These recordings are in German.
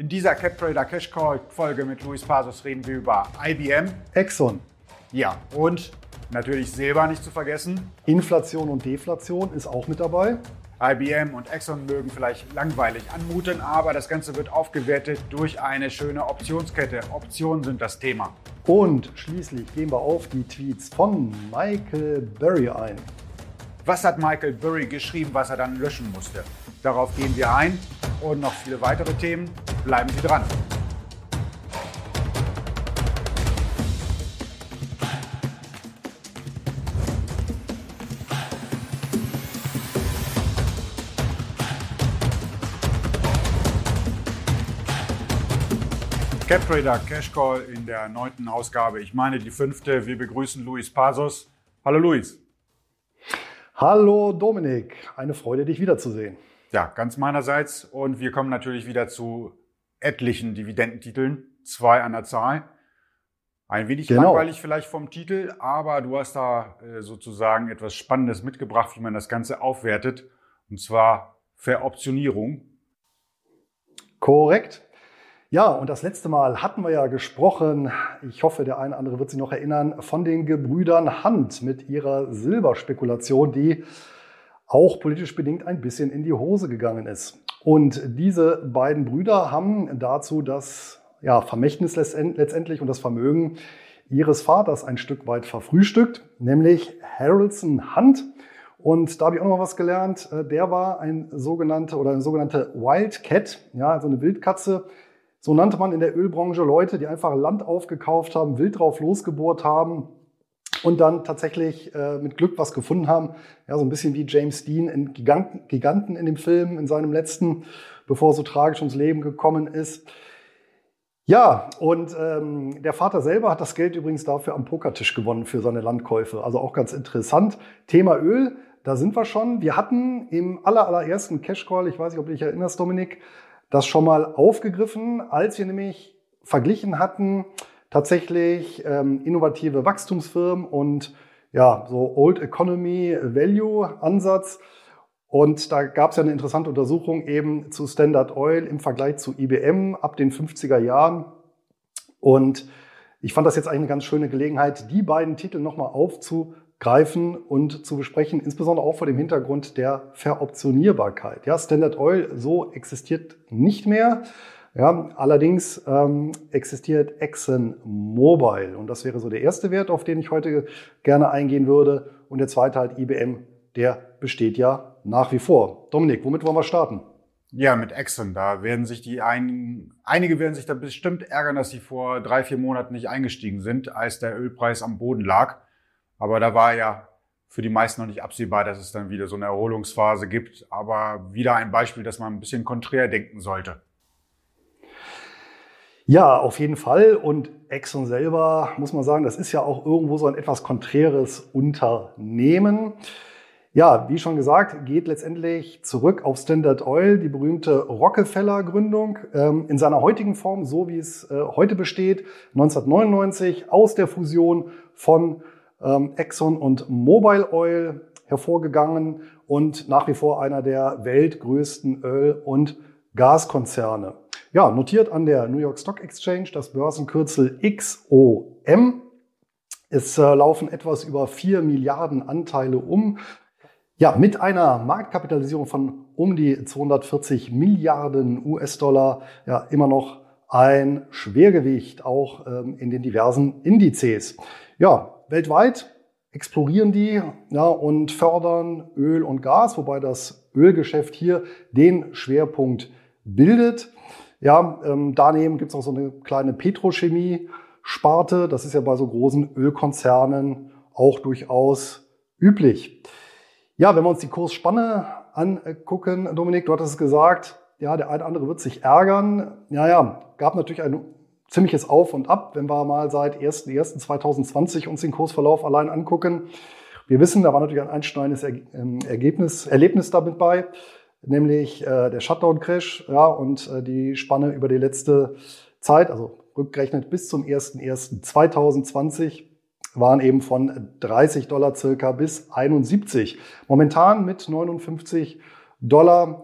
In dieser CapTrader Cash Call Folge mit Luis Pazos reden wir über IBM, Exxon. Ja, und natürlich Silber nicht zu vergessen. Inflation und Deflation ist auch mit dabei. IBM und Exxon mögen vielleicht langweilig anmuten, aber das Ganze wird aufgewertet durch eine schöne Optionskette. Optionen sind das Thema. Und schließlich gehen wir auf die Tweets von Michael Burry ein. Was hat Michael Burry geschrieben, was er dann löschen musste? Darauf gehen wir ein und noch viele weitere Themen. Bleiben Sie dran. CapTrader Cash Call in der 9. Ausgabe. Ich meine die 5. Wir begrüßen Luis Pazos. Hallo Luis. Hallo Dominik, eine Freude, dich wiederzusehen. Ja, ganz meinerseits. Und wir kommen natürlich wieder zu etlichen Dividendentiteln, 2 an der Zahl. Ein wenig langweilig vielleicht vom Titel, aber du hast da sozusagen etwas Spannendes mitgebracht, wie man das Ganze aufwertet. Und zwar Veroptionierung. Korrekt. Ja, und das letzte Mal hatten wir ja gesprochen, ich hoffe, der eine oder andere wird sich noch erinnern, von den Gebrüdern Hunt mit ihrer Silberspekulation, die auch politisch bedingt ein bisschen in die Hose gegangen ist. Und diese beiden Brüder haben dazu das Vermächtnis letztendlich und das Vermögen ihres Vaters ein Stück weit verfrühstückt, nämlich Harrelson Hunt. Und da habe ich auch noch mal was gelernt. Der war eine sogenannte Wildcat, ja, also eine Wildkatze. So nannte man in der Ölbranche Leute, die einfach Land aufgekauft haben, wild drauf losgebohrt haben und dann tatsächlich mit Glück was gefunden haben. Ja, so ein bisschen wie James Dean in Giganten in dem Film, in seinem letzten, bevor er so tragisch ums Leben gekommen ist. Ja, und der Vater selber hat das Geld übrigens dafür am Pokertisch gewonnen für seine Landkäufe. Also auch ganz interessant. Thema Öl, da sind wir schon. Wir hatten im allerersten Cash Call, ich weiß nicht, ob du dich erinnerst, Dominik, das schon mal aufgegriffen, als wir nämlich verglichen hatten, tatsächlich innovative Wachstumsfirmen und ja, so Old Economy Value Ansatz. Und da gab es ja eine interessante Untersuchung eben zu Standard Oil im Vergleich zu IBM ab den 50er Jahren. Und ich fand das jetzt eigentlich eine ganz schöne Gelegenheit, die beiden Titel nochmal aufzugreifen und zu besprechen, insbesondere auch vor dem Hintergrund der Veroptionierbarkeit. Ja, Standard Oil so existiert nicht mehr. Ja, allerdings existiert ExxonMobil und das wäre so der erste Wert, auf den ich heute gerne eingehen würde. Und der zweite halt IBM, der besteht ja nach wie vor. Dominik, womit wollen wir starten? Ja, mit Exxon. Da werden sich einige werden sich da bestimmt ärgern, dass sie vor 3-4 Monaten nicht eingestiegen sind, als der Ölpreis am Boden lag. Aber da war ja für die meisten noch nicht absehbar, dass es dann wieder so eine Erholungsphase gibt. Aber wieder ein Beispiel, dass man ein bisschen konträr denken sollte. Ja, auf jeden Fall. Und Exxon selber, muss man sagen, das ist ja auch irgendwo so ein etwas konträres Unternehmen. Ja, wie schon gesagt, geht letztendlich zurück auf Standard Oil, die berühmte Rockefeller-Gründung, in seiner heutigen Form, so wie es heute besteht, 1999 aus der Fusion von Exxon und Mobil Oil hervorgegangen und nach wie vor einer der weltgrößten Öl- und Gaskonzerne. Ja, notiert an der New York Stock Exchange, das Börsenkürzel XOM. Es laufen etwas über 4 Milliarden Anteile um. Ja, mit einer Marktkapitalisierung von um die 240 Milliarden US-Dollar, ja, immer noch ein Schwergewicht, auch in den diversen Indizes. Ja, weltweit explorieren die, ja, und fördern Öl und Gas, wobei das Ölgeschäft hier den Schwerpunkt bildet. Ja, daneben gibt es auch so eine kleine Petrochemie-Sparte. Das ist ja bei so großen Ölkonzernen auch durchaus üblich. Ja, wenn wir uns die Kursspanne angucken, Dominik, du hattest es gesagt, ja, der eine oder andere wird sich ärgern. Ja, gab natürlich ein ziemliches Auf und Ab, wenn wir mal seit 1.1.2020 uns den Kursverlauf allein angucken. Wir wissen, da war natürlich ein einschneidendes Erlebnis damit bei, nämlich der Shutdown-Crash, ja, und die Spanne über die letzte Zeit, also rückgerechnet bis zum 1.1.2020, waren eben von $30 circa bis 71. Momentan mit $59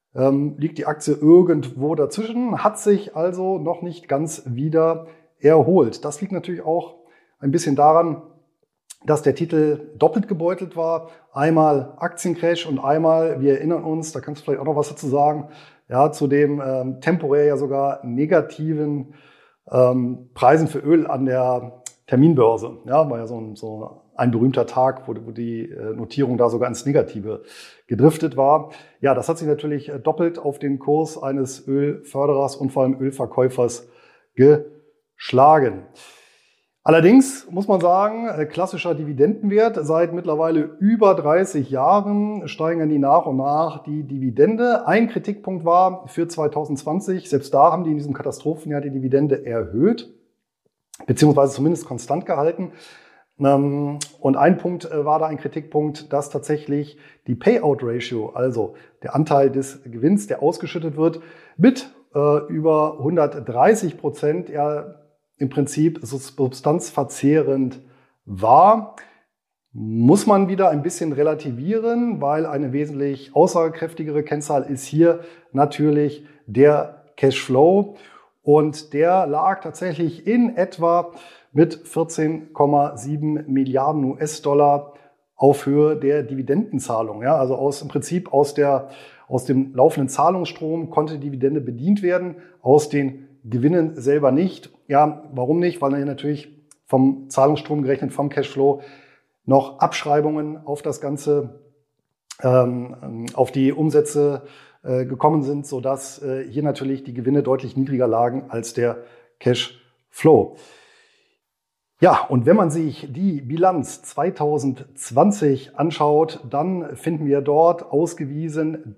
liegt die Aktie irgendwo dazwischen, hat sich also noch nicht ganz wieder erholt. Das liegt natürlich auch ein bisschen daran, dass der Titel doppelt gebeutelt war. Einmal Aktiencrash und einmal, wir erinnern uns, da kannst du vielleicht auch noch was dazu sagen, ja, zu dem temporär ja sogar negativen Preisen für Öl an der Terminbörse. Ja, war ja so ein berühmter Tag, wo die Notierung da sogar ins Negative gedriftet war. Ja, das hat sich natürlich doppelt auf den Kurs eines Ölförderers und vor allem Ölverkäufers geschlagen. Allerdings muss man sagen, klassischer Dividendenwert. Seit mittlerweile über 30 Jahren steigern die nach und nach die Dividende. Ein Kritikpunkt war für 2020, selbst da haben die in diesem Katastrophenjahr die Dividende erhöht, beziehungsweise zumindest konstant gehalten. Und ein Punkt war da ein Kritikpunkt, dass tatsächlich die Payout-Ratio, also der Anteil des Gewinns, der ausgeschüttet wird, mit über 130% ja im Prinzip substanzverzehrend war. Muss man wieder ein bisschen relativieren, weil eine wesentlich aussagekräftigere Kennzahl ist hier natürlich der Cashflow. Und der lag tatsächlich in etwa mit 14,7 Milliarden US-Dollar auf Höhe der Dividendenzahlung. Ja, also im Prinzip aus dem laufenden Zahlungsstrom konnte die Dividende bedient werden, aus den Gewinnen selber nicht. Ja, warum nicht? Weil dann natürlich vom Zahlungsstrom gerechnet, vom Cashflow noch Abschreibungen auf das Ganze, auf die Umsätze gekommen sind, sodass hier natürlich die Gewinne deutlich niedriger lagen als der Cashflow. Ja, und wenn man sich die Bilanz 2020 anschaut, dann finden wir dort ausgewiesen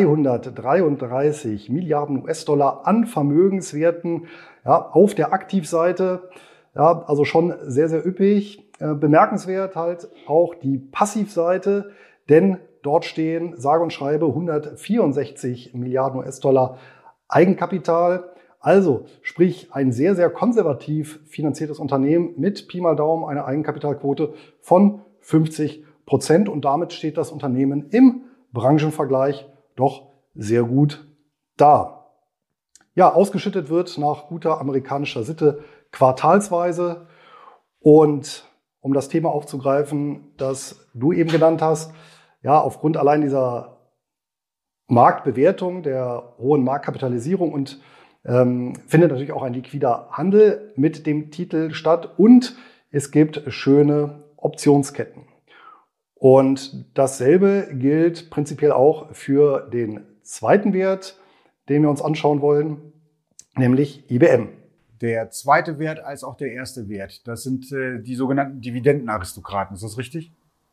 333 Milliarden US-Dollar an Vermögenswerten, ja, auf der Aktivseite. Ja, also schon sehr, sehr üppig. Bemerkenswert halt auch die Passivseite, denn dort stehen sage und schreibe 164 Milliarden US-Dollar Eigenkapital. Also, sprich, ein sehr, sehr konservativ finanziertes Unternehmen mit Pi mal Daumen einer Eigenkapitalquote von 50%. Und damit steht das Unternehmen im Branchenvergleich doch sehr gut da. Ja, ausgeschüttet wird nach guter amerikanischer Sitte quartalsweise. Und um das Thema aufzugreifen, das du eben genannt hast, ja, aufgrund allein dieser Marktbewertung, der hohen Marktkapitalisierung und findet natürlich auch ein liquider Handel mit dem Titel statt und es gibt schöne Optionsketten. Und dasselbe gilt prinzipiell auch für den zweiten Wert, den wir uns anschauen wollen, nämlich IBM. Der zweite Wert als auch der erste Wert, das sind die sogenannten Dividendenaristokraten. Ist das richtig?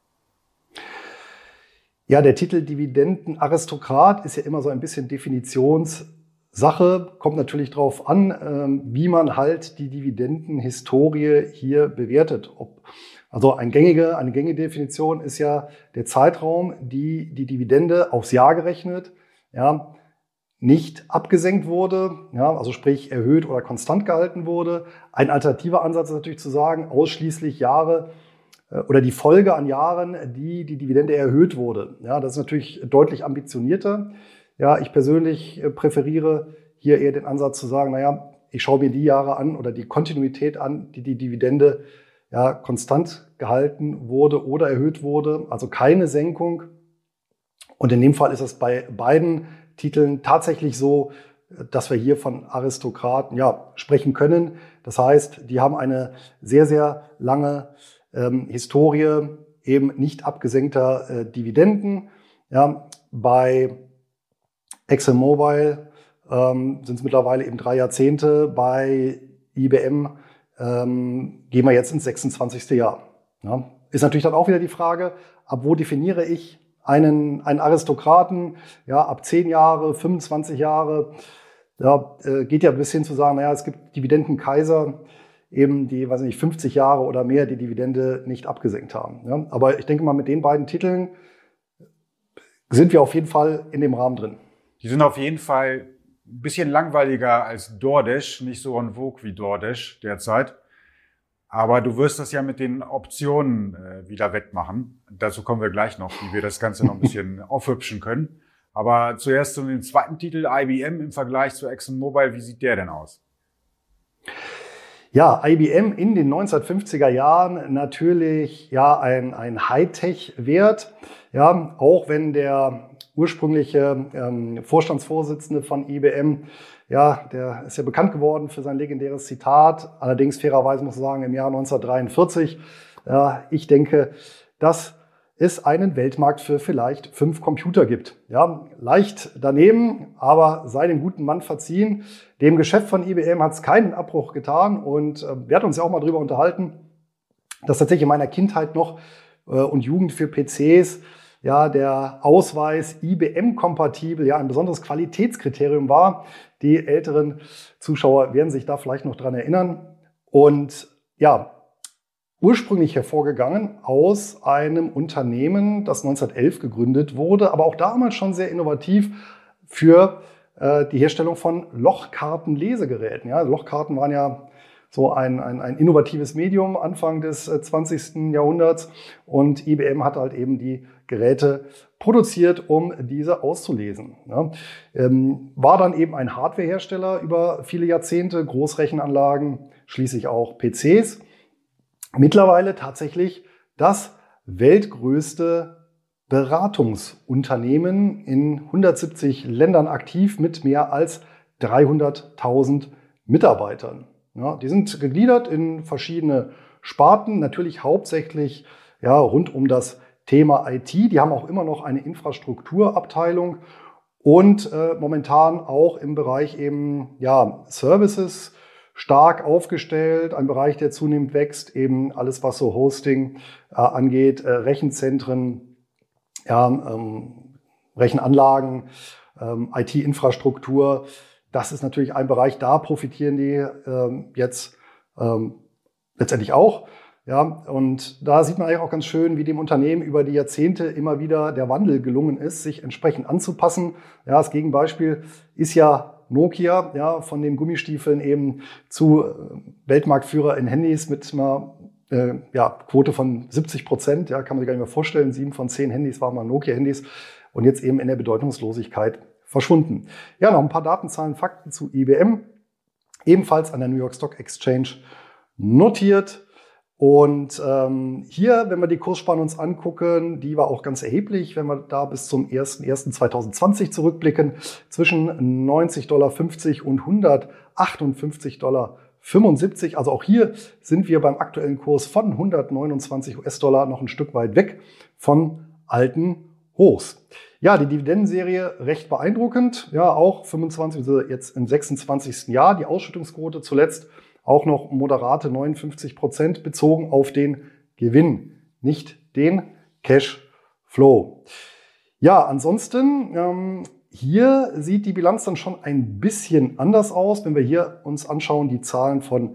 Ja, der Titel Dividendenaristokrat ist ja immer so ein bisschen Definitionssache, kommt natürlich darauf an, wie man halt die Dividendenhistorie hier bewertet. Also eine gängige Definition ist ja der Zeitraum, die Dividende aufs Jahr gerechnet, ja, nicht abgesenkt wurde, ja, also sprich erhöht oder konstant gehalten wurde. Ein alternativer Ansatz ist natürlich zu sagen, ausschließlich Jahre oder die Folge an Jahren, die Dividende erhöht wurde. Ja, das ist natürlich deutlich ambitionierter. Ja, ich persönlich präferiere hier eher den Ansatz zu sagen, naja, ich schaue mir die Jahre an oder die Kontinuität an, die Dividende ja konstant gehalten wurde oder erhöht wurde, also keine Senkung. Und in dem Fall ist es bei beiden Titeln tatsächlich so, dass wir hier von Aristokraten ja sprechen können. Das heißt, die haben eine sehr, sehr lange Historie eben nicht abgesenkter Dividenden. Ja, bei ExxonMobil sind es mittlerweile eben 3 Jahrzehnte. Bei IBM gehen wir jetzt ins 26. Jahr. Ja, ist natürlich dann auch wieder die Frage, ab wo definiere ich einen Aristokraten? Ja, ab 10 Jahre, 25 Jahre. Ja, geht ja bis hin zu sagen, naja, es gibt Dividendenkaiser, eben die, weiß nicht, 50 Jahre oder mehr die Dividende nicht abgesenkt haben. Ja, aber ich denke mal, mit den beiden Titeln sind wir auf jeden Fall in dem Rahmen drin. Die sind auf jeden Fall ein bisschen langweiliger als DoorDash, nicht so en vogue wie DoorDash derzeit. Aber du wirst das ja mit den Optionen wieder wettmachen. Dazu kommen wir gleich noch, wie wir das Ganze noch ein bisschen aufhübschen können. Aber zuerst zu dem zweiten Titel, IBM im Vergleich zu ExxonMobil. Wie sieht der denn aus? Ja, IBM in den 1950er Jahren natürlich ja ein Hightech-Wert. Ja, auch wenn der ursprüngliche Vorstandsvorsitzende von IBM, ja, der ist ja bekannt geworden für sein legendäres Zitat. Allerdings fairerweise muss man sagen, im Jahr 1943. Ja, ich denke, dass es einen Weltmarkt für vielleicht 5 Computer gibt. Ja, leicht daneben, aber sei dem guten Mann verziehen. Dem Geschäft von IBM hat es keinen Abbruch getan und wir hatten uns ja auch mal drüber unterhalten, dass tatsächlich in meiner Kindheit noch und Jugend für PCs ja der Ausweis IBM-kompatibel ja ein besonderes Qualitätskriterium war. Die älteren Zuschauer werden sich da vielleicht noch dran erinnern. Und ja, ursprünglich hervorgegangen aus einem Unternehmen, das 1911 gegründet wurde, aber auch damals schon sehr innovativ für die Herstellung von Lochkartenlesegeräten. Ja, Lochkarten waren ja so ein innovatives Medium Anfang des 20. Jahrhunderts und IBM hat halt eben die Geräte produziert, um diese auszulesen. Ja, war dann eben ein Hardwarehersteller über viele Jahrzehnte, Großrechenanlagen, schließlich auch PCs. Mittlerweile tatsächlich das weltgrößte Beratungsunternehmen in 170 Ländern aktiv mit mehr als 300.000 Mitarbeitern. Ja, die sind gegliedert in verschiedene Sparten, natürlich hauptsächlich ja, rund um das Thema IT. Die haben auch immer noch eine Infrastrukturabteilung und momentan auch im Bereich eben ja, Services stark aufgestellt, ein Bereich, der zunehmend wächst, eben alles, was so Hosting angeht, Rechenzentren, ja, Rechenanlagen, IT-Infrastruktur. Das ist natürlich ein Bereich, da profitieren die jetzt letztendlich auch. Ja, und da sieht man eigentlich auch ganz schön, wie dem Unternehmen über die Jahrzehnte immer wieder der Wandel gelungen ist, sich entsprechend anzupassen. Ja, das Gegenbeispiel ist ja Nokia, ja, von den Gummistiefeln eben zu Weltmarktführer in Handys mit einer Quote von 70%. Ja, kann man sich gar nicht mehr vorstellen. 7 von 10 Handys waren mal Nokia-Handys und jetzt eben in der Bedeutungslosigkeit verschwunden. Ja, noch ein paar Datenzahlen, Fakten zu IBM. Ebenfalls an der New York Stock Exchange notiert. Und hier, wenn wir die Kursspanne uns angucken, die war auch ganz erheblich, wenn wir da bis zum 01.01.2020 zurückblicken, zwischen $90,50 und $158,75. Also auch hier sind wir beim aktuellen Kurs von 129 US-Dollar noch ein Stück weit weg von alten Hochs. Ja, die Dividendenserie recht beeindruckend. Ja, auch 25, also jetzt im 26. Jahr. Die Ausschüttungsquote zuletzt auch noch moderate 59% bezogen auf den Gewinn, nicht den Cashflow. Ja, ansonsten hier sieht die Bilanz dann schon ein bisschen anders aus. Wenn wir hier uns anschauen, die Zahlen von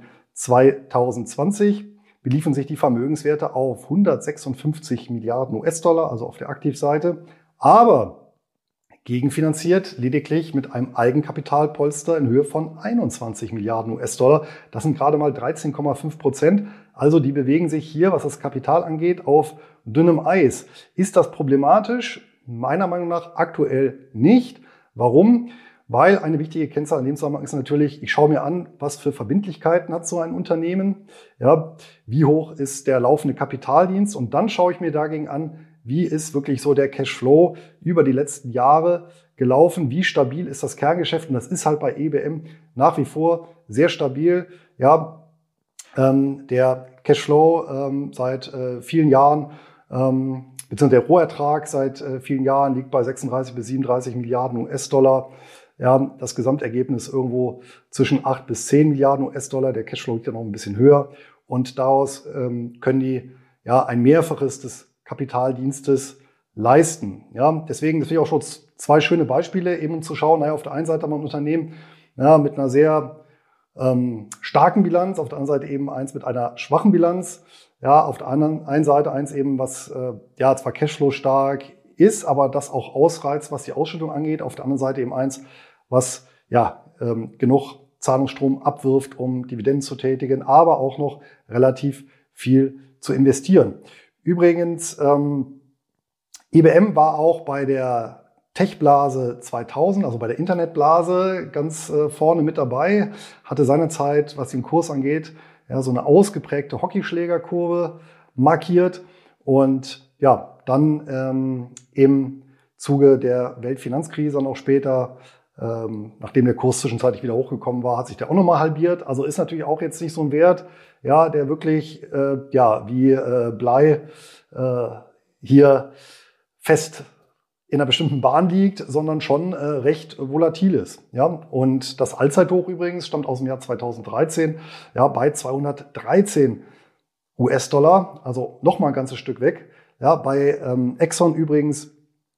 2020, beliefen sich die Vermögenswerte auf 156 Milliarden US-Dollar, also auf der Aktivseite. Aber gegenfinanziert lediglich mit einem Eigenkapitalpolster in Höhe von 21 Milliarden US-Dollar. Das sind gerade mal 13,5%. Also die bewegen sich hier, was das Kapital angeht, auf dünnem Eis. Ist das problematisch? Meiner Meinung nach aktuell nicht. Warum? Weil eine wichtige Kennzahl in dem Zusammenhang ist natürlich, ich schaue mir an, was für Verbindlichkeiten hat so ein Unternehmen. Ja, wie hoch ist der laufende Kapitaldienst? Und dann schaue ich mir dagegen an, wie ist wirklich so der Cashflow über die letzten Jahre gelaufen? Wie stabil ist das Kerngeschäft? Und das ist halt bei IBM nach wie vor sehr stabil. Ja, der Cashflow seit vielen Jahren, beziehungsweise der Rohertrag seit vielen Jahren liegt bei 36 bis 37 Milliarden US-Dollar. Ja, das Gesamtergebnis irgendwo zwischen 8 bis 10 Milliarden US-Dollar. Der Cashflow liegt ja noch ein bisschen höher. Und daraus können die ja ein Mehrfaches des Kapitaldienstes leisten. Ja, deswegen ich auch schon 2 schöne Beispiele, eben um zu schauen, naja, auf der einen Seite haben wir ein Unternehmen mit einer sehr starken Bilanz, auf der anderen Seite eben eins mit einer schwachen Bilanz. Ja, auf der anderen einen Seite eins eben, was zwar Cashflow stark ist, aber das auch ausreizt, was die Ausschüttung angeht. Auf der anderen Seite eben eins, was genug Zahlungsstrom abwirft, um Dividenden zu tätigen, aber auch noch relativ viel zu investieren. Übrigens, IBM war auch bei der Tech-Blase 2000, also bei der Internetblase ganz vorne mit dabei, hatte seinerzeit, was den Kurs angeht, ja, so eine ausgeprägte Hockeyschlägerkurve markiert und ja, dann im Zuge der Weltfinanzkrise und auch später, nachdem der Kurs zwischenzeitlich wieder hochgekommen war, hat sich der auch nochmal halbiert. Also ist natürlich auch jetzt nicht so ein Wert, ja, der wirklich wie Blei hier fest in einer bestimmten Bahn liegt, sondern schon recht volatil ist. Ja? Und das Allzeithoch übrigens stammt aus dem Jahr 2013, ja, bei 213 US-Dollar, also nochmal ein ganzes Stück weg. Ja, bei Exxon übrigens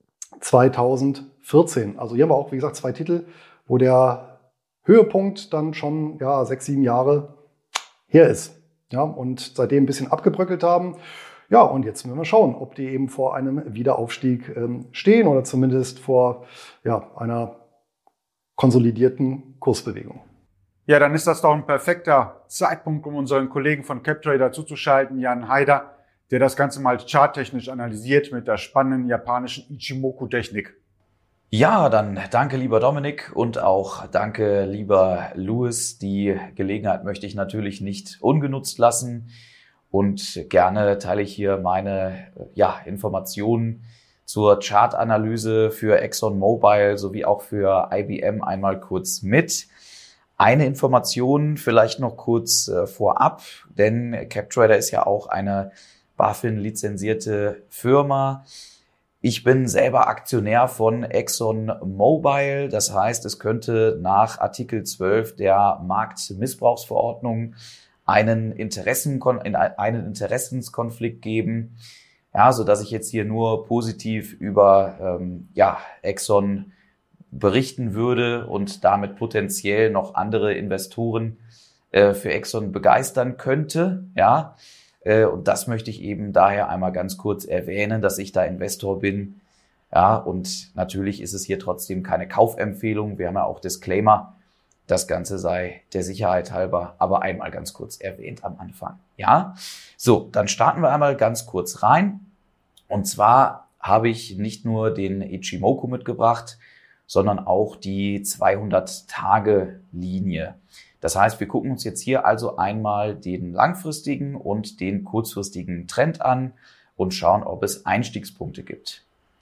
2014. Also hier haben wir auch, wie gesagt, 2 Titel, wo der Höhepunkt dann schon 6, 7 Jahre her ist. Ja, und seitdem ein bisschen abgebröckelt haben. Ja, und jetzt müssen wir schauen, ob die eben vor einem Wiederaufstieg stehen oder zumindest vor einer konsolidierten Kursbewegung. Ja, dann ist das doch ein perfekter Zeitpunkt, um unseren Kollegen von CapTrader zuzuschalten, Jan Haider, der das Ganze mal charttechnisch analysiert mit der spannenden japanischen Ichimoku-Technik. Ja, dann danke lieber Dominik und auch danke lieber Louis. Die Gelegenheit möchte ich natürlich nicht ungenutzt lassen. Und gerne teile ich hier meine Informationen zur Chartanalyse für ExxonMobil sowie auch für IBM einmal kurz mit. Eine Information vielleicht noch kurz vorab, denn CapTrader ist ja auch eine BaFin-lizenzierte Firma. Ich bin selber Aktionär von ExxonMobil. Das heißt, es könnte nach Artikel 12 der Marktmissbrauchsverordnung einen Interessenskonflikt geben, ja, so dass ich jetzt hier nur positiv über Exxon berichten würde und damit potenziell noch andere Investoren für Exxon begeistern könnte, ja. Und das möchte ich eben daher einmal ganz kurz erwähnen, dass ich da Investor bin, ja. Und natürlich ist es hier trotzdem keine Kaufempfehlung. Wir haben ja auch Disclaimer. Das Ganze sei der Sicherheit halber, aber einmal ganz kurz erwähnt am Anfang. Ja, so, dann starten wir einmal ganz kurz rein. Und zwar habe ich nicht nur den Ichimoku mitgebracht, sondern auch die 200-Tage-Linie. Das heißt, wir gucken uns jetzt hier also einmal den langfristigen und den kurzfristigen Trend an und schauen, ob es Einstiegspunkte gibt.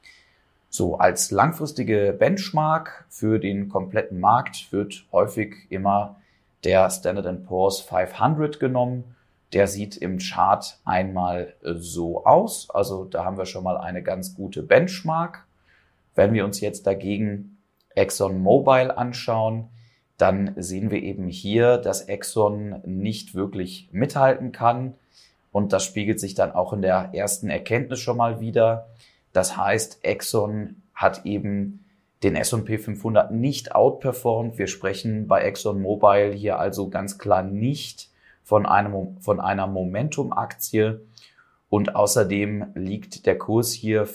So, als langfristige Benchmark für den kompletten Markt wird häufig immer der Standard & Poor's 500 genommen. Der sieht im Chart einmal so aus. Also da haben wir schon mal eine ganz gute Benchmark. Wenn wir uns jetzt dagegen ExxonMobil anschauen, dann sehen wir eben hier, dass Exxon nicht wirklich mithalten kann. Und das spiegelt sich dann auch in der ersten Erkenntnis schon mal wieder. Das heißt, Exxon hat eben den S&P 500 nicht outperformt. Wir sprechen bei ExxonMobil hier also ganz klar nicht von einer Momentum-Aktie. Und außerdem liegt der Kurs hier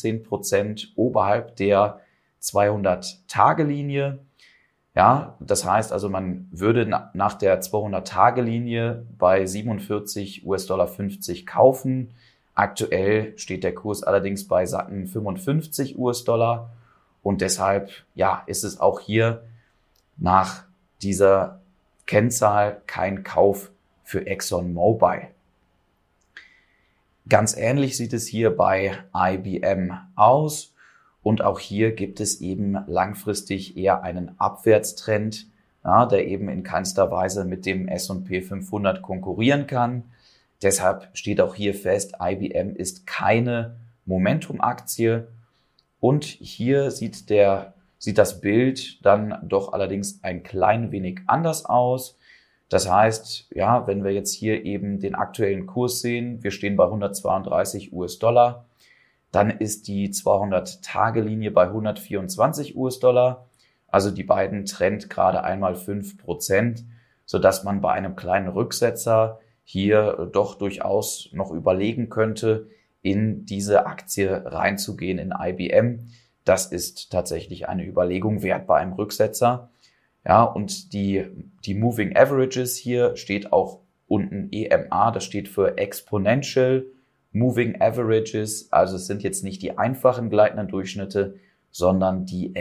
15% oberhalb der 200-Tage-Linie. Ja, das heißt also, man würde nach der 200-Tage-Linie bei 47,50 US-Dollar kaufen. Aktuell steht der Kurs allerdings bei satten 55 US-Dollar und deshalb ist es auch hier nach dieser Kennzahl kein Kauf für ExxonMobil. Ganz ähnlich sieht es hier bei IBM aus und auch hier gibt es eben langfristig eher einen Abwärtstrend, der eben in keinster Weise mit dem S&P 500 konkurrieren kann. Deshalb steht auch hier fest, IBM ist keine Momentum-Aktie und hier sieht das Bild dann doch allerdings ein klein wenig anders aus. Das heißt, wenn wir jetzt hier eben den aktuellen Kurs sehen, wir stehen bei 132 US-Dollar, dann ist die 200-Tage-Linie bei 124 US-Dollar, also die beiden trennt gerade einmal 5%, sodass man bei einem kleinen Rücksetzer hier doch durchaus noch überlegen könnte, in diese Aktie reinzugehen, in IBM. Das ist tatsächlich eine Überlegung wert bei einem Rücksetzer. Ja, und die Moving Averages hier steht auch unten EMA, das steht für Exponential Moving Averages. Also es sind jetzt nicht die einfachen gleitenden Durchschnitte, sondern die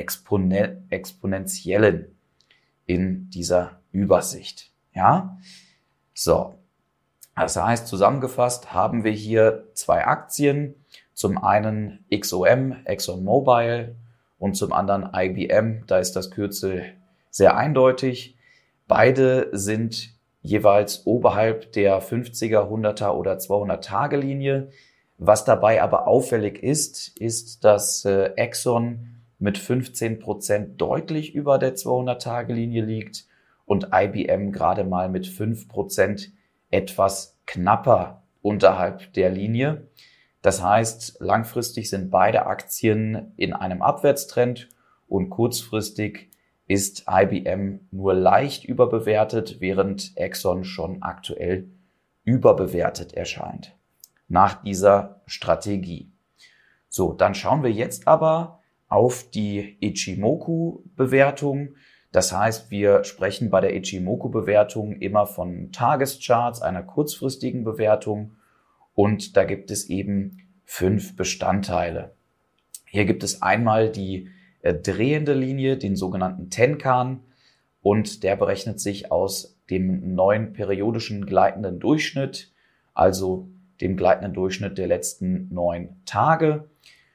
exponentiellen in dieser Übersicht. Ja, so. Das heißt, zusammengefasst haben wir hier zwei Aktien. Zum einen XOM, ExxonMobil, und zum anderen IBM. Da ist das Kürzel sehr eindeutig. Beide sind jeweils oberhalb der 50er, 100er oder 200-Tage-Linie. Was dabei aber auffällig ist, dass Exxon mit 15% deutlich über der 200-Tage-Linie liegt und IBM gerade mal mit 5% etwas knapper unterhalb der Linie. Das heißt, langfristig sind beide Aktien in einem Abwärtstrend und kurzfristig ist IBM nur leicht überbewertet, während Exxon schon aktuell überbewertet erscheint nach dieser Strategie. So, dann schauen wir jetzt aber auf die Ichimoku-Bewertung. Das heißt, wir sprechen bei der Ichimoku-Bewertung immer von Tagescharts, einer kurzfristigen Bewertung. Und da gibt es eben 5 Bestandteile. Hier gibt es einmal die drehende Linie, den sogenannten Tenkan. Und der berechnet sich aus dem neuen periodischen gleitenden Durchschnitt, also dem gleitenden Durchschnitt der letzten 9 Tage.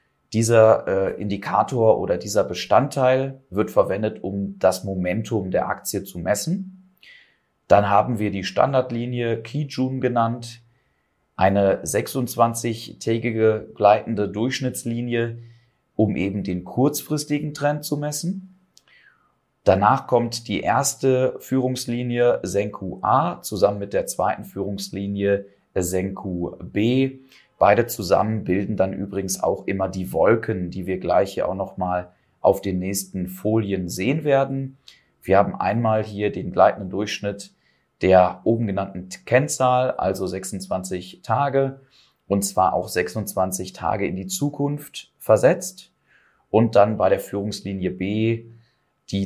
Dieser Indikator oder dieser Bestandteil wird verwendet, um das Momentum der Aktie zu messen. Dann haben wir die Standardlinie Kijun genannt, eine 26-tägige gleitende Durchschnittslinie, um eben den kurzfristigen Trend zu messen. Danach kommt die erste Führungslinie Senku A zusammen mit der zweiten Führungslinie Senku B. Beide zusammen bilden dann übrigens auch immer die Wolken, die wir gleich hier auch nochmal auf den nächsten Folien sehen werden. Wir haben einmal hier den gleitenden Durchschnitt der oben genannten Kennzahl, also 26 Tage, und zwar auch 26 Tage in die Zukunft versetzt. Und dann bei der Führungslinie B die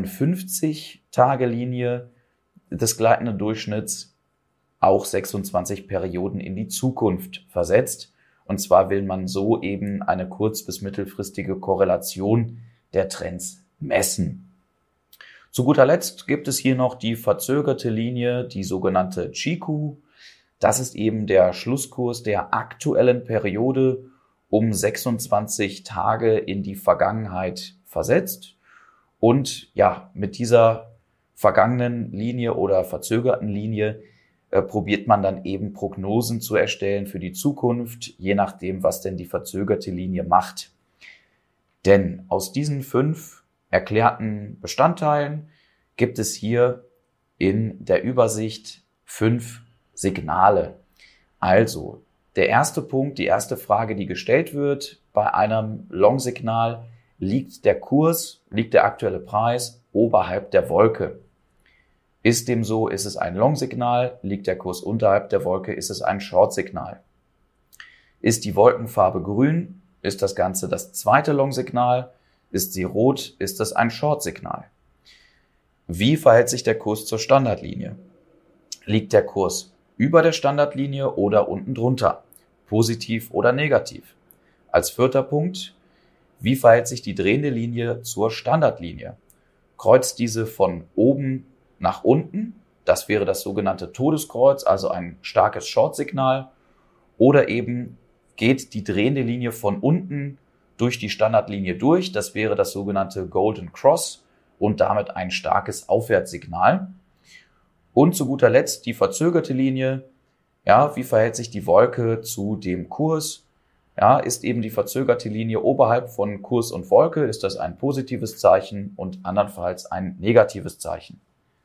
52-Tage-Linie des gleitenden Durchschnitts, auch 26 Perioden in die Zukunft versetzt. Und zwar will man so eben eine kurz- bis mittelfristige Korrelation der Trends messen. Zu guter Letzt gibt es hier noch die verzögerte Linie, die sogenannte Chiku. Das ist eben der Schlusskurs der aktuellen Periode um 26 Tage in die Vergangenheit versetzt. Und ja, mit dieser vergangenen Linie oder verzögerten Linie probiert man dann eben Prognosen zu erstellen für die Zukunft, je nachdem, was denn die verzögerte Linie macht. Denn aus diesen 5 erklärten Bestandteilen gibt es hier in der Übersicht 5 Signale. Also der erste Punkt, die erste Frage, die gestellt wird bei einem Long-Signal: liegt der Kurs, liegt der aktuelle Preis oberhalb der Wolke? Ist dem so, ist es ein Long-Signal, liegt der Kurs unterhalb der Wolke, ist es ein Short-Signal? Ist die Wolkenfarbe grün, ist das Ganze das zweite Long-Signal? Ist sie rot, ist es ein Short-Signal? Wie verhält sich der Kurs zur Standardlinie? Liegt der Kurs über der Standardlinie oder unten drunter? Positiv oder negativ? Als vierter Punkt: wie verhält sich die drehende Linie zur Standardlinie? Kreuzt diese von oben nach unten? Das wäre das sogenannte Todeskreuz, also ein starkes Short-Signal. Oder eben geht die drehende Linie von unten durch die Standardlinie durch. Das wäre das sogenannte Golden Cross und damit ein starkes Aufwärtssignal. Und zu guter Letzt die verzögerte Linie. Ja, wie verhält sich die Wolke zu dem Kurs? Ja, ist eben die verzögerte Linie oberhalb von Kurs und Wolke, ist das ein positives Zeichen und andernfalls ein negatives Zeichen.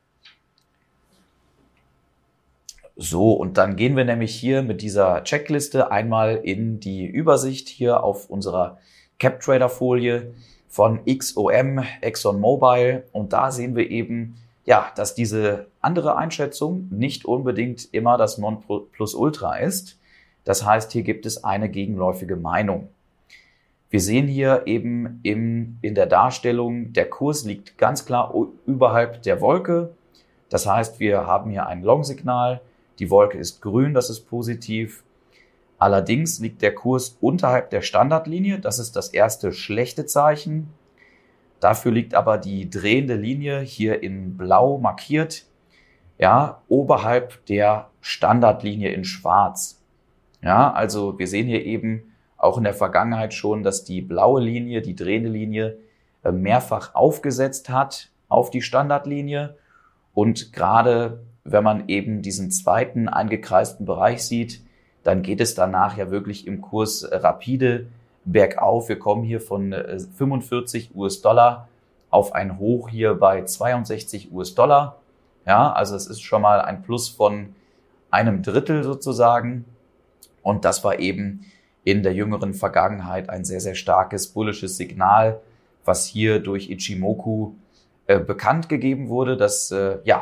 So, und dann gehen wir nämlich hier mit dieser Checkliste einmal in die Übersicht hier auf unserer CapTrader-Folie von XOM, ExxonMobil, und da sehen wir eben, ja, dass diese andere Einschätzung nicht unbedingt immer das Nonplusultra ist. Das heißt, hier gibt es eine gegenläufige Meinung. Wir sehen hier eben in der Darstellung, der Kurs liegt ganz klar überhalb der Wolke. Das heißt, wir haben hier ein Long-Signal. Die Wolke ist grün, das ist positiv. Allerdings liegt der Kurs unterhalb der Standardlinie. Das ist das erste schlechte Zeichen. Dafür liegt aber die drehende Linie hier in blau markiert, ja, oberhalb der Standardlinie in schwarz. Ja, also wir sehen hier eben auch in der Vergangenheit schon, dass die blaue Linie, die drehende Linie, mehrfach aufgesetzt hat auf die Standardlinie. Und gerade wenn man eben diesen zweiten eingekreisten Bereich sieht, dann geht es danach ja wirklich im Kurs rapide bergauf. Wir kommen hier von 45 US-Dollar auf ein Hoch hier bei 62 US-Dollar. Ja, also es ist schon mal ein Plus von einem Drittel sozusagen. Und das war eben in der jüngeren Vergangenheit ein sehr, sehr starkes bullisches Signal, was hier durch Ichimoku bekannt gegeben wurde. Das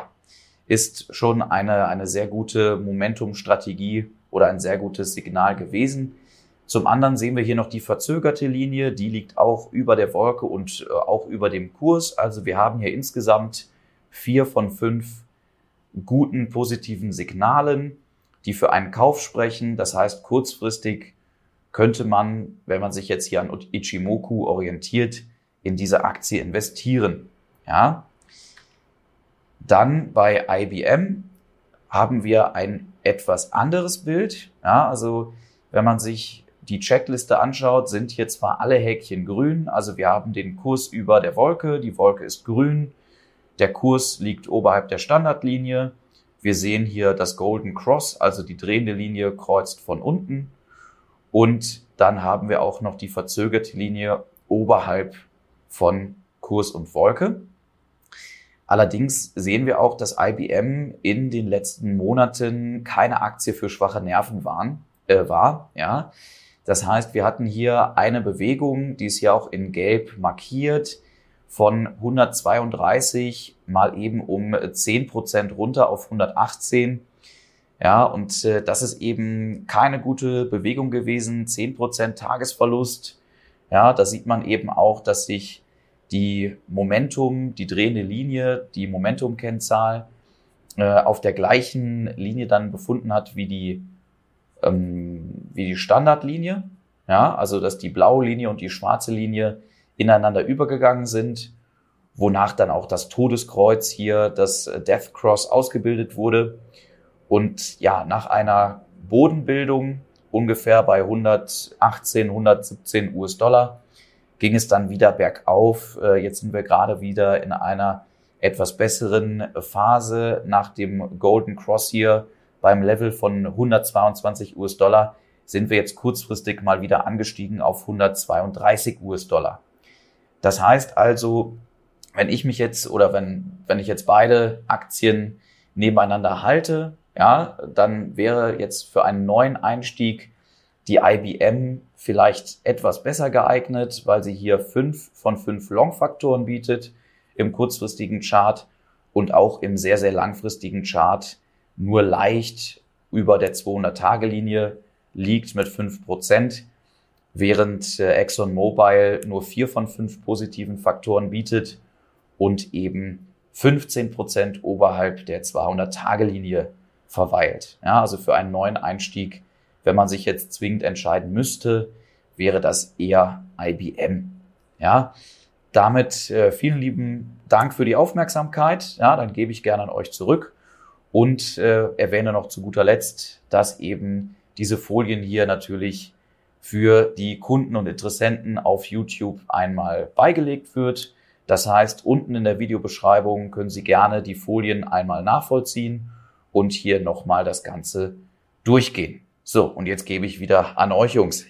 ist schon eine sehr gute Momentumstrategie oder ein sehr gutes Signal gewesen. Zum anderen sehen wir hier noch die verzögerte Linie, die liegt auch über der Wolke und auch über dem Kurs. Also wir haben hier insgesamt 4 von 5 guten positiven Signalen, die für einen Kauf sprechen. Das heißt, kurzfristig könnte man, wenn man sich jetzt hier an Ichimoku orientiert, in diese Aktie investieren. Ja. Dann bei IBM haben wir ein etwas anderes Bild. Ja, also wenn man sich die Checkliste anschaut, sind hier zwar alle Häkchen grün, also wir haben den Kurs über der Wolke, die Wolke ist grün, der Kurs liegt oberhalb der Standardlinie. Wir sehen hier das Golden Cross, also die drehende Linie kreuzt von unten. Und dann haben wir auch noch die verzögerte Linie oberhalb von Kurs und Wolke. Allerdings sehen wir auch, dass IBM in den letzten Monaten keine Aktie für schwache Nerven war. Ja. Das heißt, wir hatten hier eine Bewegung, die ist hier auch in Gelb markiert, von 132 mal eben um 10% runter auf 118. Ja, und das ist eben keine gute Bewegung gewesen, 10% Tagesverlust. Ja, da sieht man eben auch, dass sich die Momentum, die drehende Linie, die Momentumkennzahl auf der gleichen Linie dann befunden hat wie die Standardlinie. Ja, also dass die blaue Linie und die schwarze Linie ineinander übergegangen sind, wonach dann auch das Todeskreuz hier, das Death Cross, ausgebildet wurde. Und ja, nach einer Bodenbildung ungefähr bei 118, 117 US-Dollar ging es dann wieder bergauf. Jetzt sind wir gerade wieder in einer etwas besseren Phase nach dem Golden Cross hier. Beim Level von 122 US-Dollar sind wir jetzt kurzfristig mal wieder angestiegen auf 132 US-Dollar. Das heißt also, wenn ich mich jetzt oder wenn ich jetzt beide Aktien nebeneinander halte, ja, dann wäre jetzt für einen neuen Einstieg die IBM vielleicht etwas besser geeignet, weil sie hier 5 von 5 Long-Faktoren bietet im kurzfristigen Chart und auch im sehr, sehr langfristigen Chart nur leicht über der 200-Tage-Linie liegt mit 5%, während ExxonMobil nur 4 von 5 positiven Faktoren bietet und eben 15% oberhalb der 200-Tage-Linie verweilt. Ja, also für einen neuen Einstieg, wenn man sich jetzt zwingend entscheiden müsste, wäre das eher IBM. Ja, damit vielen lieben Dank für die Aufmerksamkeit. Ja, dann gebe ich gerne an euch zurück und erwähne noch zu guter Letzt, dass eben diese Folien hier natürlich für die Kunden und Interessenten auf YouTube einmal beigelegt wird. Das heißt, unten in der Videobeschreibung können Sie gerne die Folien einmal nachvollziehen und hier nochmal das Ganze durchgehen. So, und jetzt gebe ich wieder an euch, Jungs.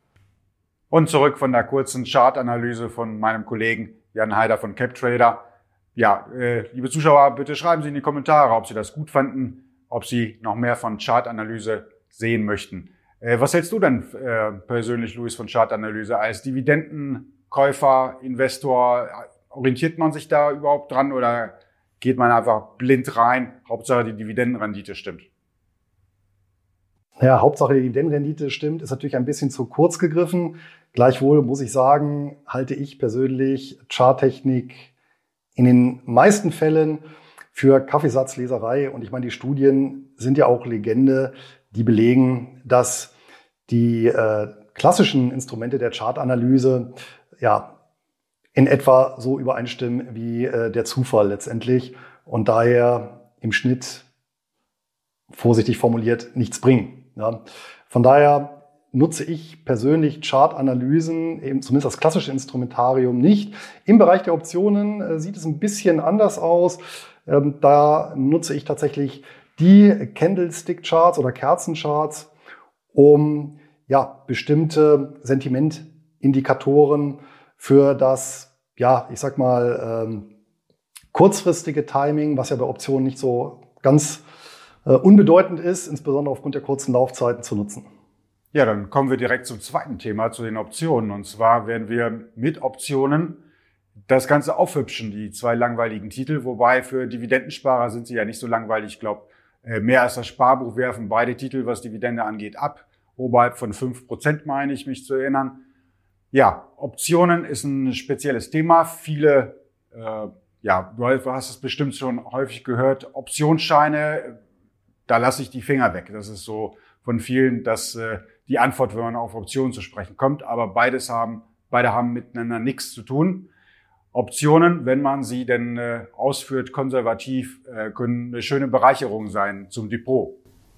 Und zurück von der kurzen Chartanalyse von meinem Kollegen Jan Haider von CapTrader. Ja, liebe Zuschauer, bitte schreiben Sie in die Kommentare, ob Sie das gut fanden, ob Sie noch mehr von Chartanalyse sehen möchten. Was hältst du denn persönlich, Luis, von Chartanalyse? Als Dividendenkäufer, Investor, orientiert man sich da überhaupt dran oder geht man einfach blind rein? Hauptsache die Dividendenrendite stimmt. Ja, Hauptsache die Dividendenrendite stimmt, ist natürlich ein bisschen zu kurz gegriffen. Gleichwohl muss ich sagen, halte ich persönlich Charttechnik in den meisten Fällen für Kaffeesatzleserei. Und ich meine, die Studien sind ja auch Legende, die belegen, dass die klassischen Instrumente der Chartanalyse in etwa so übereinstimmen wie der Zufall letztendlich und daher im Schnitt, vorsichtig formuliert, nichts bringen. Ja. Von daher nutze ich persönlich Chartanalysen, eben zumindest das klassische Instrumentarium, nicht. Im Bereich der Optionen sieht es ein bisschen anders aus. Da nutze ich tatsächlich die Candlestick-Charts oder Kerzencharts, um bestimmte Sentimentindikatoren für das, kurzfristige Timing, was ja bei Optionen nicht so ganz unbedeutend ist, insbesondere aufgrund der kurzen Laufzeiten zu nutzen. Ja, dann kommen wir direkt zum zweiten Thema, zu den Optionen. Und zwar werden wir mit Optionen das Ganze aufhübschen, die 2 langweiligen Titel. Wobei für Dividendensparer sind sie ja nicht so langweilig. Ich glaube, mehr als das Sparbuch werfen beide Titel, was Dividende angeht, ab. Oberhalb von 5%, meine ich, mich zu erinnern. Ja, Optionen ist ein spezielles Thema. Viele, du hast es bestimmt schon häufig gehört, Optionsscheine, da lasse ich die Finger weg. Das ist so von vielen, dass die Antwort, wenn man auf Optionen zu sprechen kommt. Aber beide haben miteinander nichts zu tun. Optionen, wenn man sie denn ausführt, konservativ, können eine schöne Bereicherung sein zum Depot.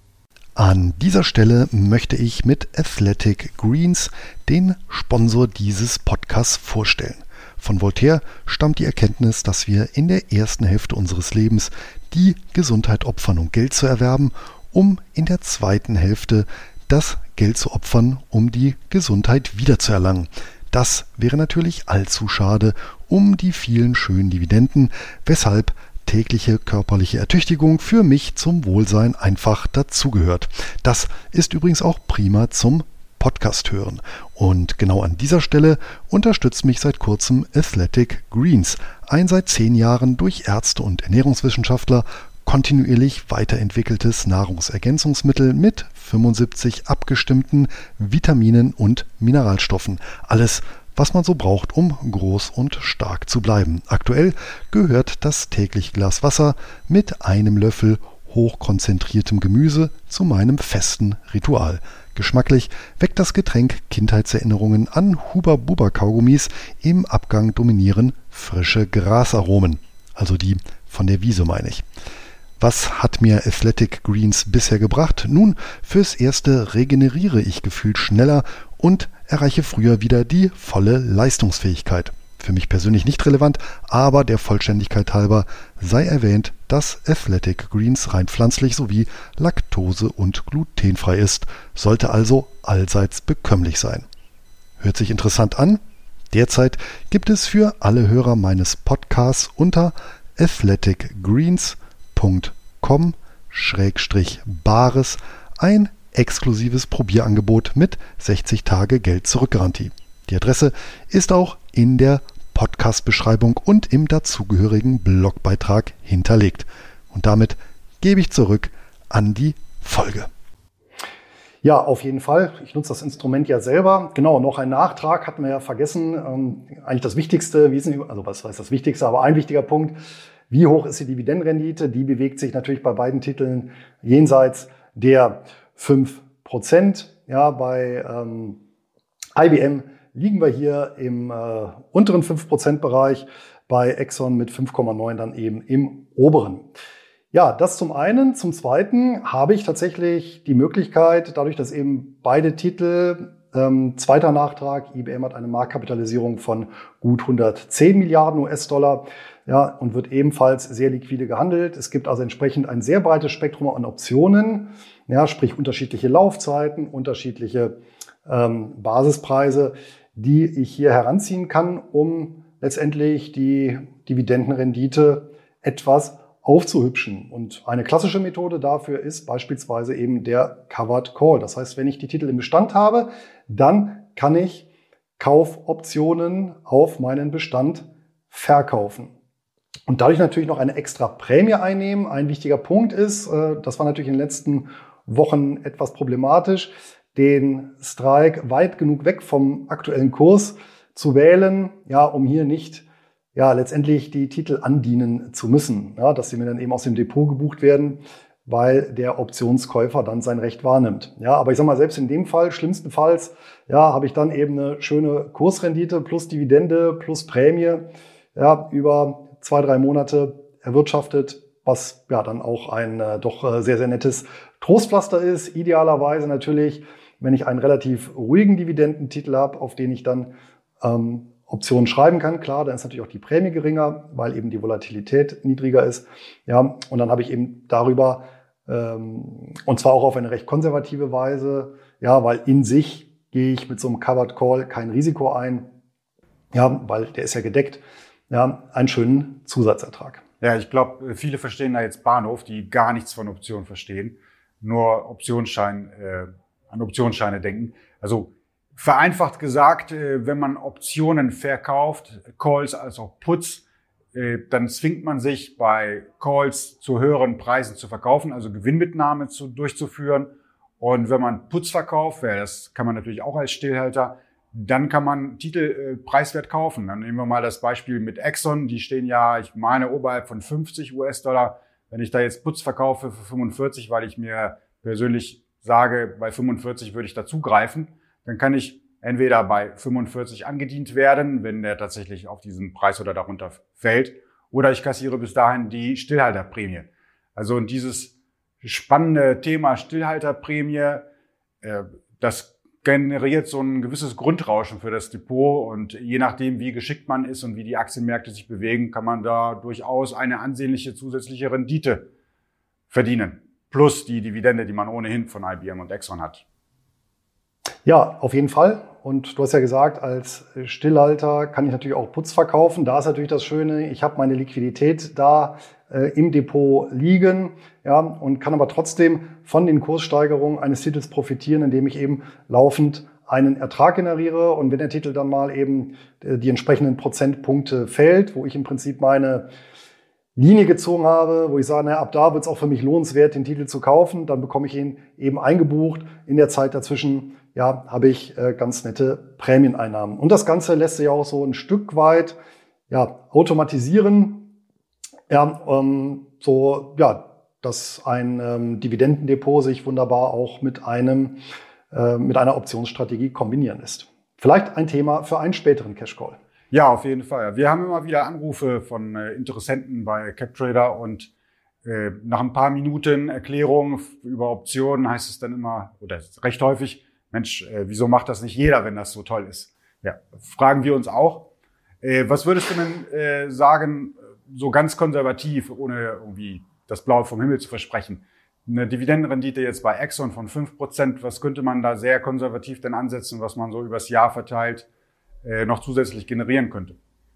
An dieser Stelle möchte ich mit Athletic Greens den Sponsor dieses Podcasts vorstellen. Von Voltaire stammt die Erkenntnis, dass wir in der ersten Hälfte unseres Lebens die Gesundheit opfern, um Geld zu erwerben, um in der zweiten Hälfte das Geld zu opfern, um die Gesundheit wiederzuerlangen. Das wäre natürlich allzu schade um die vielen schönen Dividenden, weshalb tägliche körperliche Ertüchtigung für mich zum Wohlsein einfach dazugehört. Das ist übrigens auch prima zum Podcast hören. Und genau an dieser Stelle unterstützt mich seit kurzem Athletic Greens, ein seit 10 Jahren durch Ärzte und Ernährungswissenschaftler kontinuierlich weiterentwickeltes Nahrungsergänzungsmittel mit 75 abgestimmten Vitaminen und Mineralstoffen. Alles, was man so braucht, um groß und stark zu bleiben. Aktuell gehört das tägliche Glas Wasser mit einem Löffel hochkonzentriertem Gemüse zu meinem festen Ritual. Geschmacklich weckt das Getränk Kindheitserinnerungen an Huba-Buba-Kaugummis. Im Abgang dominieren frische Grasaromen. Also die von der Wiese, meine ich. Was hat mir Athletic Greens bisher gebracht? Nun, fürs Erste regeneriere ich gefühlt schneller und erreiche früher wieder die volle Leistungsfähigkeit. Für mich persönlich nicht relevant, aber der Vollständigkeit halber sei erwähnt, dass Athletic Greens rein pflanzlich sowie laktose- und glutenfrei ist, sollte also allseits bekömmlich sein. Hört sich interessant an? Derzeit gibt es für alle Hörer meines Podcasts unter athleticgreens.com/bares ein exklusives Probierangebot mit 60 Tage Geld-Zurück-Garantie. Die Adresse ist auch in der Podcast-Beschreibung und im dazugehörigen Blogbeitrag hinterlegt. Und damit gebe ich zurück an die Folge. Ja, auf jeden Fall. Ich nutze das Instrument ja selber. Genau, noch ein Nachtrag hatten wir ja vergessen. Eigentlich das Wichtigste, was heißt das Wichtigste, aber ein wichtiger Punkt. Wie hoch ist die Dividendenrendite? Die bewegt sich natürlich bei beiden Titeln jenseits der 5%. Ja, bei IBM liegen wir hier im unteren 5%-Bereich, bei Exxon mit 5,9 dann eben im oberen. Ja, das zum einen. Zum zweiten habe ich tatsächlich die Möglichkeit, dadurch, dass eben beide Titel, zweiter Nachtrag, IBM hat eine Marktkapitalisierung von gut 110 Milliarden US-Dollar, ja, und wird ebenfalls sehr liquide gehandelt. Es gibt also entsprechend ein sehr breites Spektrum an Optionen, ja, sprich unterschiedliche Laufzeiten, unterschiedliche Basispreise, die ich hier heranziehen kann, um letztendlich die Dividendenrendite etwas aufzuhübschen. Und eine klassische Methode dafür ist beispielsweise eben der Covered Call. Das heißt, wenn ich die Titel im Bestand habe, dann kann ich Kaufoptionen auf meinen Bestand verkaufen. Und dadurch natürlich noch eine extra Prämie einnehmen. Ein wichtiger Punkt ist, das war natürlich in den letzten Wochen etwas problematisch, den Strike weit genug weg vom aktuellen Kurs zu wählen, ja, um hier nicht letztendlich die Titel andienen zu müssen, ja, dass sie mir dann eben aus dem Depot gebucht werden. weil der Optionskäufer dann sein Recht wahrnimmt. Ja, aber ich sag mal, selbst in dem Fall, schlimmstenfalls, ja, habe ich dann eben eine schöne Kursrendite plus Dividende plus Prämie, ja, über 2-3 Monate erwirtschaftet, was ja dann auch ein doch sehr, sehr nettes Trostpflaster ist. Idealerweise natürlich, wenn ich einen relativ ruhigen Dividendentitel habe, auf den ich dann Optionen schreiben kann. Klar, dann ist natürlich auch die Prämie geringer, weil eben die Volatilität niedriger ist. Ja, und dann habe ich eben darüber, und zwar auch auf eine recht konservative Weise, ja, weil in sich gehe ich mit so einem Covered Call kein Risiko ein, ja, weil der ist ja gedeckt, ja, einen schönen Zusatzertrag. Ja, ich glaube, viele verstehen da jetzt Bahnhof, die gar nichts von Optionen verstehen, nur an Optionsscheine denken. Also vereinfacht gesagt, wenn man Optionen verkauft, Calls als auch Puts, dann zwingt man sich bei Calls zu höheren Preisen zu verkaufen, also Gewinnmitnahme durchzuführen. Und wenn man Puts verkauft, das kann man natürlich auch als Stillhalter, dann kann man Titel preiswert kaufen. Dann nehmen wir mal das Beispiel mit Exxon. Die stehen ja, ich meine, oberhalb von 50 US-Dollar. Wenn ich da jetzt Puts verkaufe für 45, weil ich mir persönlich sage, bei 45 würde ich dazugreifen, dann kann ich entweder bei 45 angedient werden, wenn der tatsächlich auf diesen Preis oder darunter fällt, oder ich kassiere bis dahin die Stillhalterprämie. Also und dieses spannende Thema Stillhalterprämie, das generiert so ein gewisses Grundrauschen für das Depot und je nachdem, wie geschickt man ist und wie die Aktienmärkte sich bewegen, kann man da durchaus eine ansehnliche zusätzliche Rendite verdienen. Plus die Dividende, die man ohnehin von IBM und Exxon hat. Ja, auf jeden Fall. Und du hast ja gesagt, als Stillhalter kann ich natürlich auch Puts verkaufen. Da ist natürlich das Schöne, ich habe meine Liquidität da im Depot liegen, ja, und kann aber trotzdem von den Kurssteigerungen eines Titels profitieren, indem ich eben laufend einen Ertrag generiere. Und wenn der Titel dann mal eben die entsprechenden Prozentpunkte fällt, wo ich im Prinzip meine Linie gezogen habe, wo ich sage, naja, ab da wird es auch für mich lohnenswert, den Titel zu kaufen, dann bekomme ich ihn eben eingebucht. In der Zeit dazwischen, ja, habe ich ganz nette Prämieneinnahmen. Und das Ganze lässt sich auch so ein Stück weit, ja, automatisieren. Ja, so, ja, dass ein Dividendendepot sich wunderbar auch mit einer Optionsstrategie kombinieren lässt. Vielleicht ein Thema für einen späteren Cashcall. Ja, auf jeden Fall. Wir haben immer wieder Anrufe von Interessenten bei CapTrader und nach ein paar Minuten Erklärung über Optionen heißt es dann immer, oder recht häufig, Mensch, wieso macht das nicht jeder, wenn das so toll ist? Ja, fragen wir uns auch. Was würdest du denn sagen, so ganz konservativ, ohne irgendwie das Blaue vom Himmel zu versprechen? Eine Dividendenrendite jetzt bei Exxon von 5%, was könnte man da sehr konservativ denn ansetzen, was man so übers Jahr verteilt noch zusätzlich generieren könnte?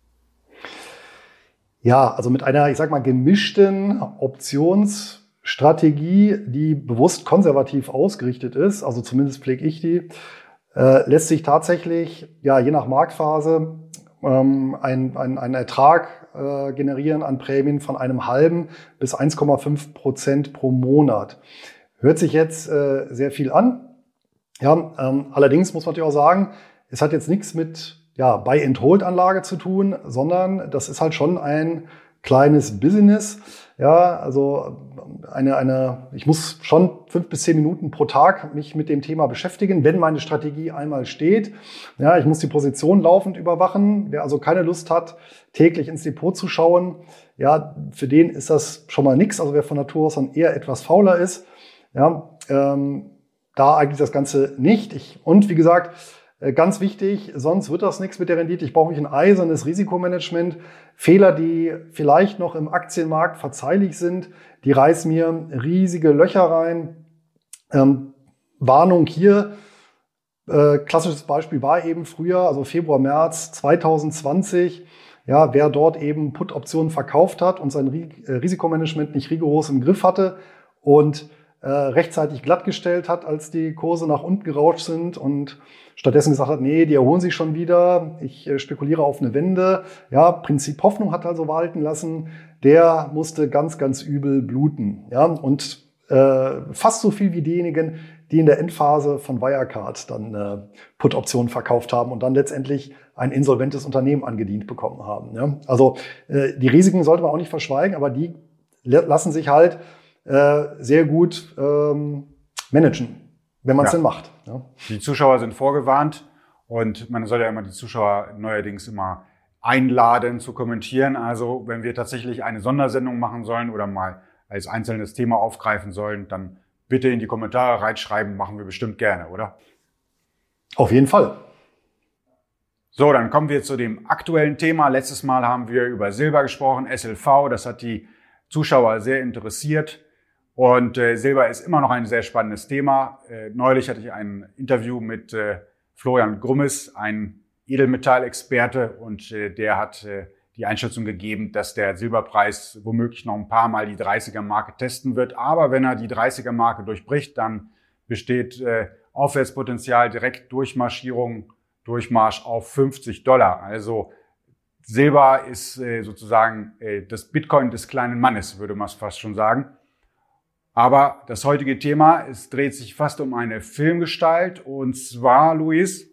Ja, also mit einer, ich sag mal, gemischten Optionsstrategie, die bewusst konservativ ausgerichtet ist, also zumindest pflege ich die, lässt sich tatsächlich, ja, je nach Marktphase ein Ertrag generieren an Prämien von 0,5 bis 1,5% pro Monat. Hört sich jetzt sehr viel an. Ja, allerdings muss man natürlich auch sagen, es hat jetzt nichts mit Buy-and-Hold-Anlage zu tun, sondern das ist halt schon ein kleines Business. Ja, also ich muss schon 5 bis 10 Minuten pro Tag mich mit dem Thema beschäftigen, wenn meine Strategie einmal steht. Ja, ich muss die Position laufend überwachen. Wer also keine Lust hat, täglich ins Depot zu schauen, ja, für den ist das schon mal nichts. Also wer von Natur aus dann eher etwas fauler ist, ja, da eigentlich das Ganze nicht. Und wie gesagt, ganz wichtig, sonst wird das nichts mit der Rendite. Ich brauche mich ein eisernes Risikomanagement. Fehler, die vielleicht noch im Aktienmarkt verzeihlich sind, die reißen mir riesige Löcher rein. Warnung hier. Klassisches Beispiel war eben früher, also Februar, März 2020. Ja, wer dort eben Put-Optionen verkauft hat und sein Risikomanagement nicht rigoros im Griff hatte und rechtzeitig glattgestellt hat, als die Kurse nach unten gerauscht sind und stattdessen gesagt hat, nee, die erholen sich schon wieder, ich spekuliere auf eine Wende. Ja, Prinzip Hoffnung hat also walten lassen, der musste ganz, ganz übel bluten. Ja, und fast so viel wie diejenigen, die in der Endphase von Wirecard dann Put-Optionen verkauft haben und dann letztendlich ein insolventes Unternehmen angedient bekommen haben. Ja, also die Risiken sollte man auch nicht verschweigen, aber die lassen sich halt sehr gut managen, wenn man es denn macht. Ja. Die Zuschauer sind vorgewarnt und man soll ja immer die Zuschauer neuerdings immer einladen zu kommentieren. Also wenn wir tatsächlich eine Sondersendung machen sollen oder mal als einzelnes Thema aufgreifen sollen, dann bitte in die Kommentare reinschreiben, machen wir bestimmt gerne, oder? Auf jeden Fall. So, dann kommen wir zu dem aktuellen Thema. Letztes Mal haben wir über Silber gesprochen, SLV. Das hat die Zuschauer sehr interessiert. Und Silber ist immer noch ein sehr spannendes Thema. Neulich hatte ich ein Interview mit Florian Grummes, ein Edelmetallexperte, und der hat die Einschätzung gegeben, dass der Silberpreis womöglich noch ein paar Mal die 30er-Marke testen wird. Aber wenn er die 30er-Marke durchbricht, dann besteht Aufwärtspotenzial, direkt Durchmarsch auf $50. Also Silber ist sozusagen das Bitcoin des kleinen Mannes, würde man fast schon sagen. Aber das heutige Thema, es dreht sich fast um eine Filmgestalt, und zwar, Luis?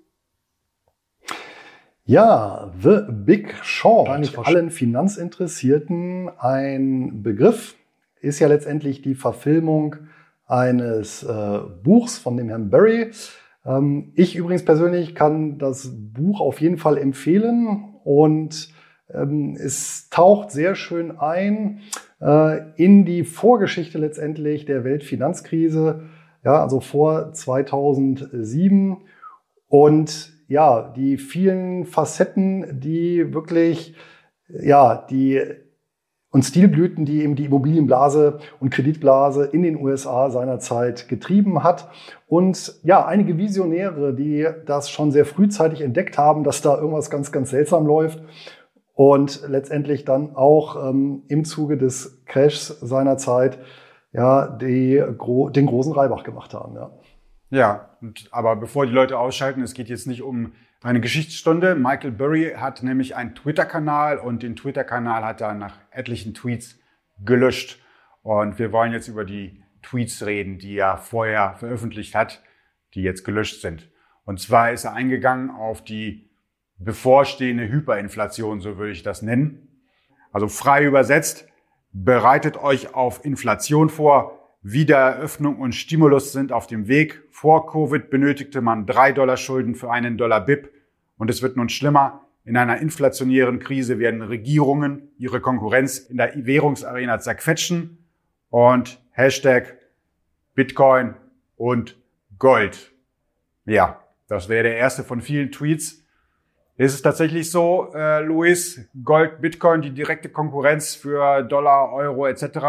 Ja, The Big Short. Wahrscheinlich allen Finanzinteressierten ein Begriff. Ist ja letztendlich die Verfilmung eines Buchs von dem Herrn Burry. Ich übrigens persönlich kann das Buch auf jeden Fall empfehlen, und es taucht sehr schön ein in die Vorgeschichte letztendlich der Weltfinanzkrise, ja, also vor 2007, und ja, die vielen Facetten, die wirklich, ja, und Stilblüten, die eben die Immobilienblase und Kreditblase in den USA seinerzeit getrieben hat. Und ja, einige Visionäre, die das schon sehr frühzeitig entdeckt haben, dass da irgendwas ganz, ganz seltsam läuft, und letztendlich dann auch im Zuge des Crashs seinerzeit ja den großen Reibach gemacht haben. Ja. Ja, aber bevor die Leute ausschalten, es geht jetzt nicht um eine Geschichtsstunde. Michael Burry hat nämlich einen Twitter-Kanal, und den Twitter-Kanal hat er nach etlichen Tweets gelöscht. Und wir wollen jetzt über die Tweets reden, die er vorher veröffentlicht hat, die jetzt gelöscht sind. Und zwar ist er eingegangen auf die bevorstehende Hyperinflation, so würde ich das nennen. Also frei übersetzt, bereitet euch auf Inflation vor. Wiedereröffnung und Stimulus sind auf dem Weg. Vor Covid benötigte man $3 Schulden für einen Dollar BIP. Und es wird nun schlimmer. In einer inflationären Krise werden Regierungen ihre Konkurrenz in der Währungsarena zerquetschen. Und Hashtag Bitcoin und Gold. Ja, das wäre der erste von vielen Tweets. Ist es tatsächlich so, Luis, Gold, Bitcoin, die direkte Konkurrenz für Dollar, Euro etc.?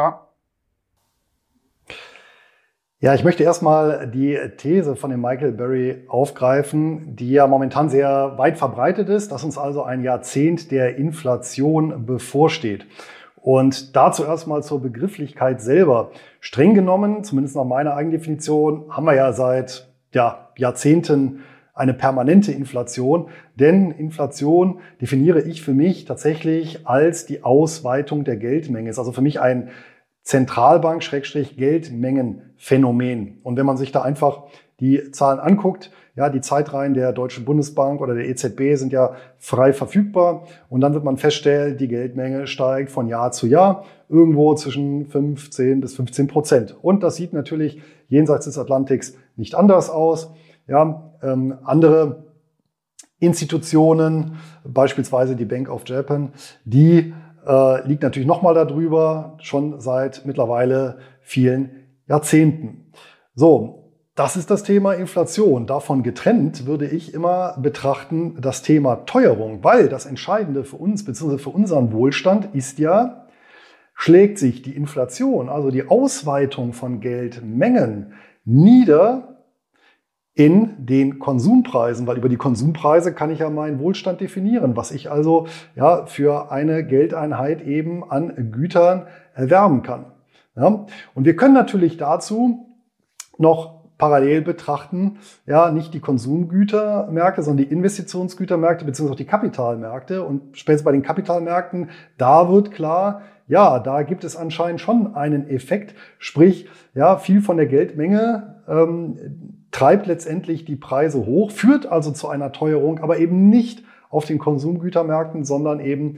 Ja, ich möchte erstmal die These von dem Michael Burry aufgreifen, die ja momentan sehr weit verbreitet ist, dass uns also ein Jahrzehnt der Inflation bevorsteht. Und dazu erstmal zur Begrifflichkeit selber. Streng genommen, zumindest nach meiner Eigendefinition, haben wir ja seit Jahrzehnten eine permanente Inflation. Denn Inflation definiere ich für mich tatsächlich als die Ausweitung der Geldmenge. Ist also für mich ein Zentralbank-Geldmengenphänomen. Und wenn man sich da einfach die Zahlen anguckt, ja, die Zeitreihen der Deutschen Bundesbank oder der EZB sind ja frei verfügbar. Und dann wird man feststellen, die Geldmenge steigt von Jahr zu Jahr irgendwo zwischen 15-15%. Und das sieht natürlich jenseits des Atlantiks nicht anders aus. Ja, andere Institutionen, beispielsweise die Bank of Japan, die liegt natürlich nochmal darüber, schon seit mittlerweile vielen Jahrzehnten. So, das ist das Thema Inflation. Davon getrennt würde ich immer betrachten das Thema Teuerung, weil das Entscheidende für uns bzw. für unseren Wohlstand ist ja, schlägt sich die Inflation, also die Ausweitung von Geldmengen, nieder in den Konsumpreisen, weil über die Konsumpreise kann ich ja meinen Wohlstand definieren, was ich also ja für eine Geldeinheit eben an Gütern erwerben kann. Ja, und wir können natürlich dazu noch parallel betrachten, ja, nicht die Konsumgütermärkte, sondern die Investitionsgütermärkte beziehungsweise auch die Kapitalmärkte. Und spätestens bei den Kapitalmärkten, da wird klar, ja, da gibt es anscheinend schon einen Effekt, sprich, ja, viel von der Geldmenge treibt letztendlich die Preise hoch, führt also zu einer Teuerung, aber eben nicht auf den Konsumgütermärkten, sondern eben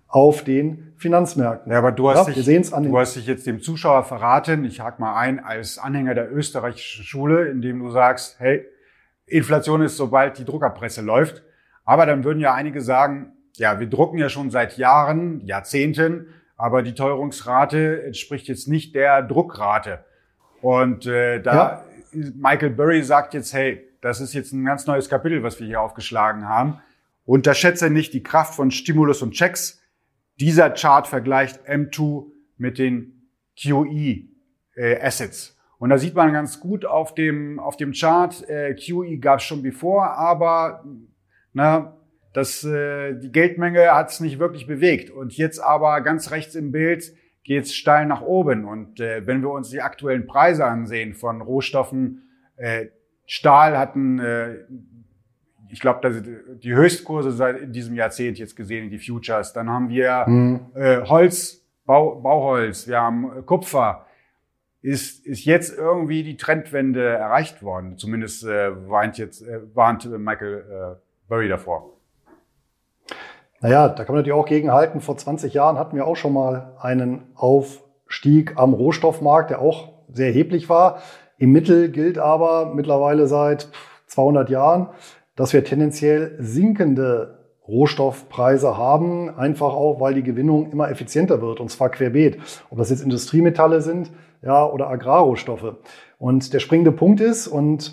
auf den Finanzmärkten. Ja, aber du hast du hast dich jetzt dem Zuschauer verraten, ich hake mal ein, als Anhänger der österreichischen Schule, indem du sagst, hey, Inflation ist, sobald die Druckerpresse läuft. Aber dann würden ja einige sagen, ja, wir drucken ja schon seit Jahren, Jahrzehnten, aber die Teuerungsrate entspricht jetzt nicht der Druckrate. Und Michael Burry sagt jetzt, hey, das ist jetzt ein ganz neues Kapitel, was wir hier aufgeschlagen haben. Unterschätze nicht die Kraft von Stimulus und Checks. Dieser Chart vergleicht M2 mit den QE-Assets. Und da sieht man ganz gut auf dem Chart, QE gab es schon bevor, aber die Geldmenge hat es nicht wirklich bewegt. Und jetzt aber ganz rechts im Bild geht es steil nach oben. Und wenn wir uns die aktuellen Preise ansehen von Rohstoffen, Stahl hatten, ich glaube, die Höchstkurse seit in diesem Jahrzehnt jetzt gesehen in die Futures. Dann haben wir Holz, Bauholz, wir haben Kupfer. Ist jetzt irgendwie die Trendwende erreicht worden? Zumindest warnt Michael Burry davor. Naja, da kann man natürlich auch gegenhalten. Vor 20 Jahren hatten wir auch schon mal einen Aufstieg am Rohstoffmarkt, der auch sehr erheblich war. Im Mittel gilt aber mittlerweile seit 200 Jahren, dass wir tendenziell sinkende Rohstoffpreise haben, einfach auch, weil die Gewinnung immer effizienter wird, und zwar querbeet. Ob das jetzt Industriemetalle sind, ja, oder Agrarrohstoffe. Und der springende Punkt ist,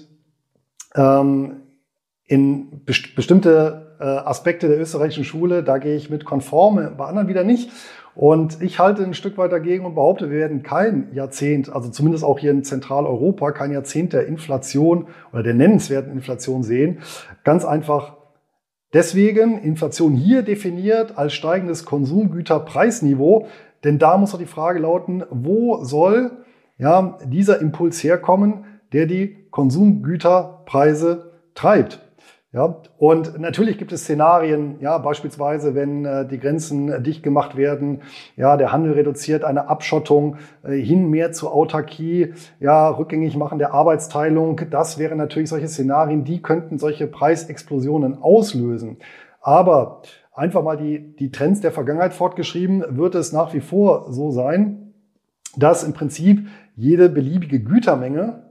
in bestimmte Aspekte der österreichischen Schule, da gehe ich mit konform, bei anderen wieder nicht. Und ich halte ein Stück weit dagegen und behaupte, wir werden kein Jahrzehnt, also zumindest auch hier in Zentraleuropa, kein Jahrzehnt der Inflation oder der nennenswerten Inflation sehen. Ganz einfach deswegen, Inflation hier definiert als steigendes Konsumgüterpreisniveau, denn da muss doch die Frage lauten, wo soll dieser Impuls herkommen, der die Konsumgüterpreise treibt? Ja, und natürlich gibt es Szenarien, ja, beispielsweise, wenn die Grenzen dicht gemacht werden, ja, der Handel reduziert, eine Abschottung hin mehr zur Autarkie, ja, rückgängig machen der Arbeitsteilung. Das wären natürlich solche Szenarien, die könnten solche Preisexplosionen auslösen. Aber einfach mal die Trends der Vergangenheit fortgeschrieben, wird es nach wie vor so sein, dass im Prinzip jede beliebige Gütermenge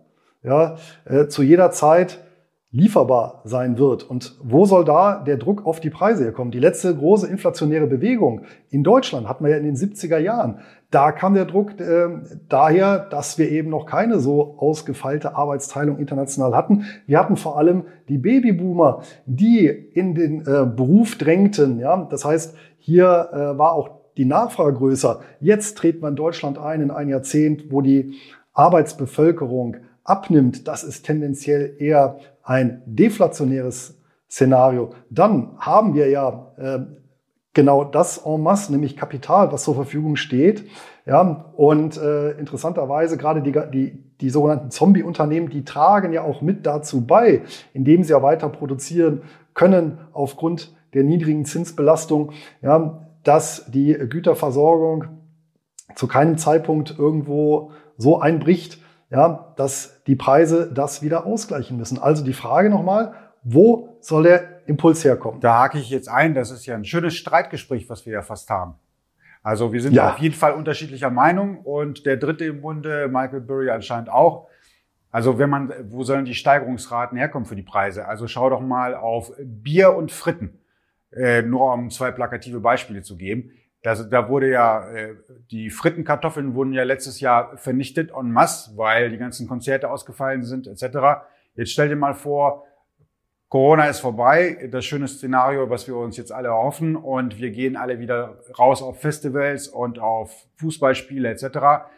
zu jeder Zeit lieferbar sein wird. Und wo soll da der Druck auf die Preise herkommen? Die letzte große inflationäre Bewegung in Deutschland hatten wir ja in den 70er Jahren. Da kam der Druck daher, dass wir eben noch keine so ausgefeilte Arbeitsteilung international hatten. Wir hatten vor allem die Babyboomer, die in den Beruf drängten. Ja? Das heißt, hier war auch die Nachfrage größer. Jetzt treten wir in Deutschland in ein Jahrzehnt, wo die Arbeitsbevölkerung abnimmt. Das ist tendenziell eher ein deflationäres Szenario. Dann haben wir genau das en masse, nämlich Kapital, was zur Verfügung steht. Ja, und interessanterweise gerade die sogenannten Zombie-Unternehmen, die tragen ja auch mit dazu bei, indem sie ja weiter produzieren können aufgrund der niedrigen Zinsbelastung, ja, dass die Güterversorgung zu keinem Zeitpunkt irgendwo so einbricht, ja, dass die Preise das wieder ausgleichen müssen. Also die Frage nochmal, wo soll der Impuls herkommen? Da hake ich jetzt ein, das ist ja ein schönes Streitgespräch, was wir ja fast haben. Also wir sind auf jeden Fall unterschiedlicher Meinung und der Dritte im Bunde, Michael Burry anscheinend auch. Also wo sollen die Steigerungsraten herkommen für die Preise? Also schau doch mal auf Bier und Fritten, nur um 2 plakative Beispiele zu geben. Da wurde die Frittenkartoffeln wurden ja letztes Jahr vernichtet en masse, weil die ganzen Konzerte ausgefallen sind, etc. Jetzt stell dir mal vor, Corona ist vorbei, das schöne Szenario, was wir uns jetzt alle erhoffen, und wir gehen alle wieder raus auf Festivals und auf Fußballspiele, etc.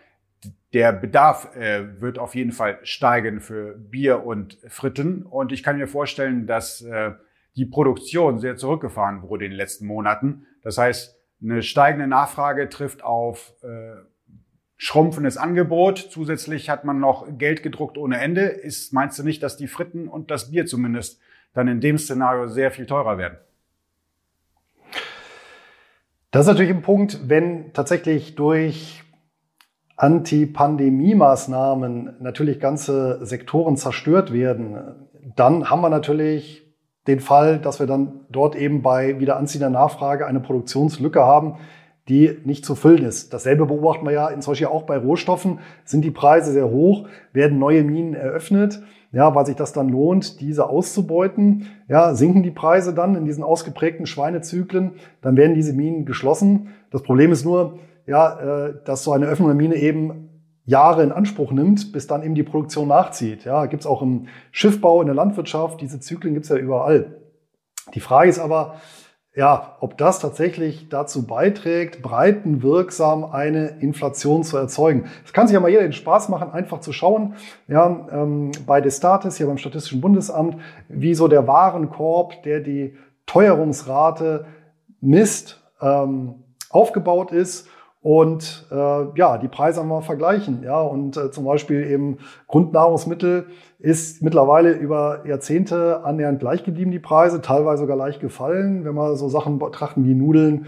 Der Bedarf wird auf jeden Fall steigen für Bier und Fritten, und ich kann mir vorstellen, dass die Produktion sehr zurückgefahren wurde in den letzten Monaten. Das heißt, eine steigende Nachfrage trifft auf schrumpfendes Angebot. Zusätzlich hat man noch Geld gedruckt ohne Ende. Meinst du nicht, dass die Fritten und das Bier zumindest dann in dem Szenario sehr viel teurer werden? Das ist natürlich ein Punkt, wenn tatsächlich durch Anti-Pandemie-Maßnahmen natürlich ganze Sektoren zerstört werden, dann haben wir natürlich den Fall, dass wir dann dort eben bei wieder anziehender Nachfrage eine Produktionslücke haben, die nicht zu füllen ist. Dasselbe beobachten wir ja zum Beispiel auch bei Rohstoffen. Sind die Preise sehr hoch, werden neue Minen eröffnet, ja, weil sich das dann lohnt, diese auszubeuten. Ja, sinken die Preise dann in diesen ausgeprägten Schweinezyklen, dann werden diese Minen geschlossen. Das Problem ist nur, ja, dass so eine Öffnung der Mine eben Jahre in Anspruch nimmt, bis dann eben die Produktion nachzieht. Ja, gibt's auch im Schiffbau, in der Landwirtschaft, diese Zyklen gibt's ja überall. Die Frage ist aber, ja, ob das tatsächlich dazu beiträgt, breitenwirksam eine Inflation zu erzeugen. Es kann sich ja mal jeder den Spaß machen, einfach zu schauen, ja, bei Destatis, hier beim Statistischen Bundesamt, wie so der Warenkorb, der die Teuerungsrate misst, aufgebaut ist. Und ja, die Preise einmal vergleichen. Ja, und zum Beispiel eben Grundnahrungsmittel ist mittlerweile über Jahrzehnte annähernd gleich geblieben, die Preise, teilweise sogar leicht gefallen, wenn wir so Sachen betrachten wie Nudeln,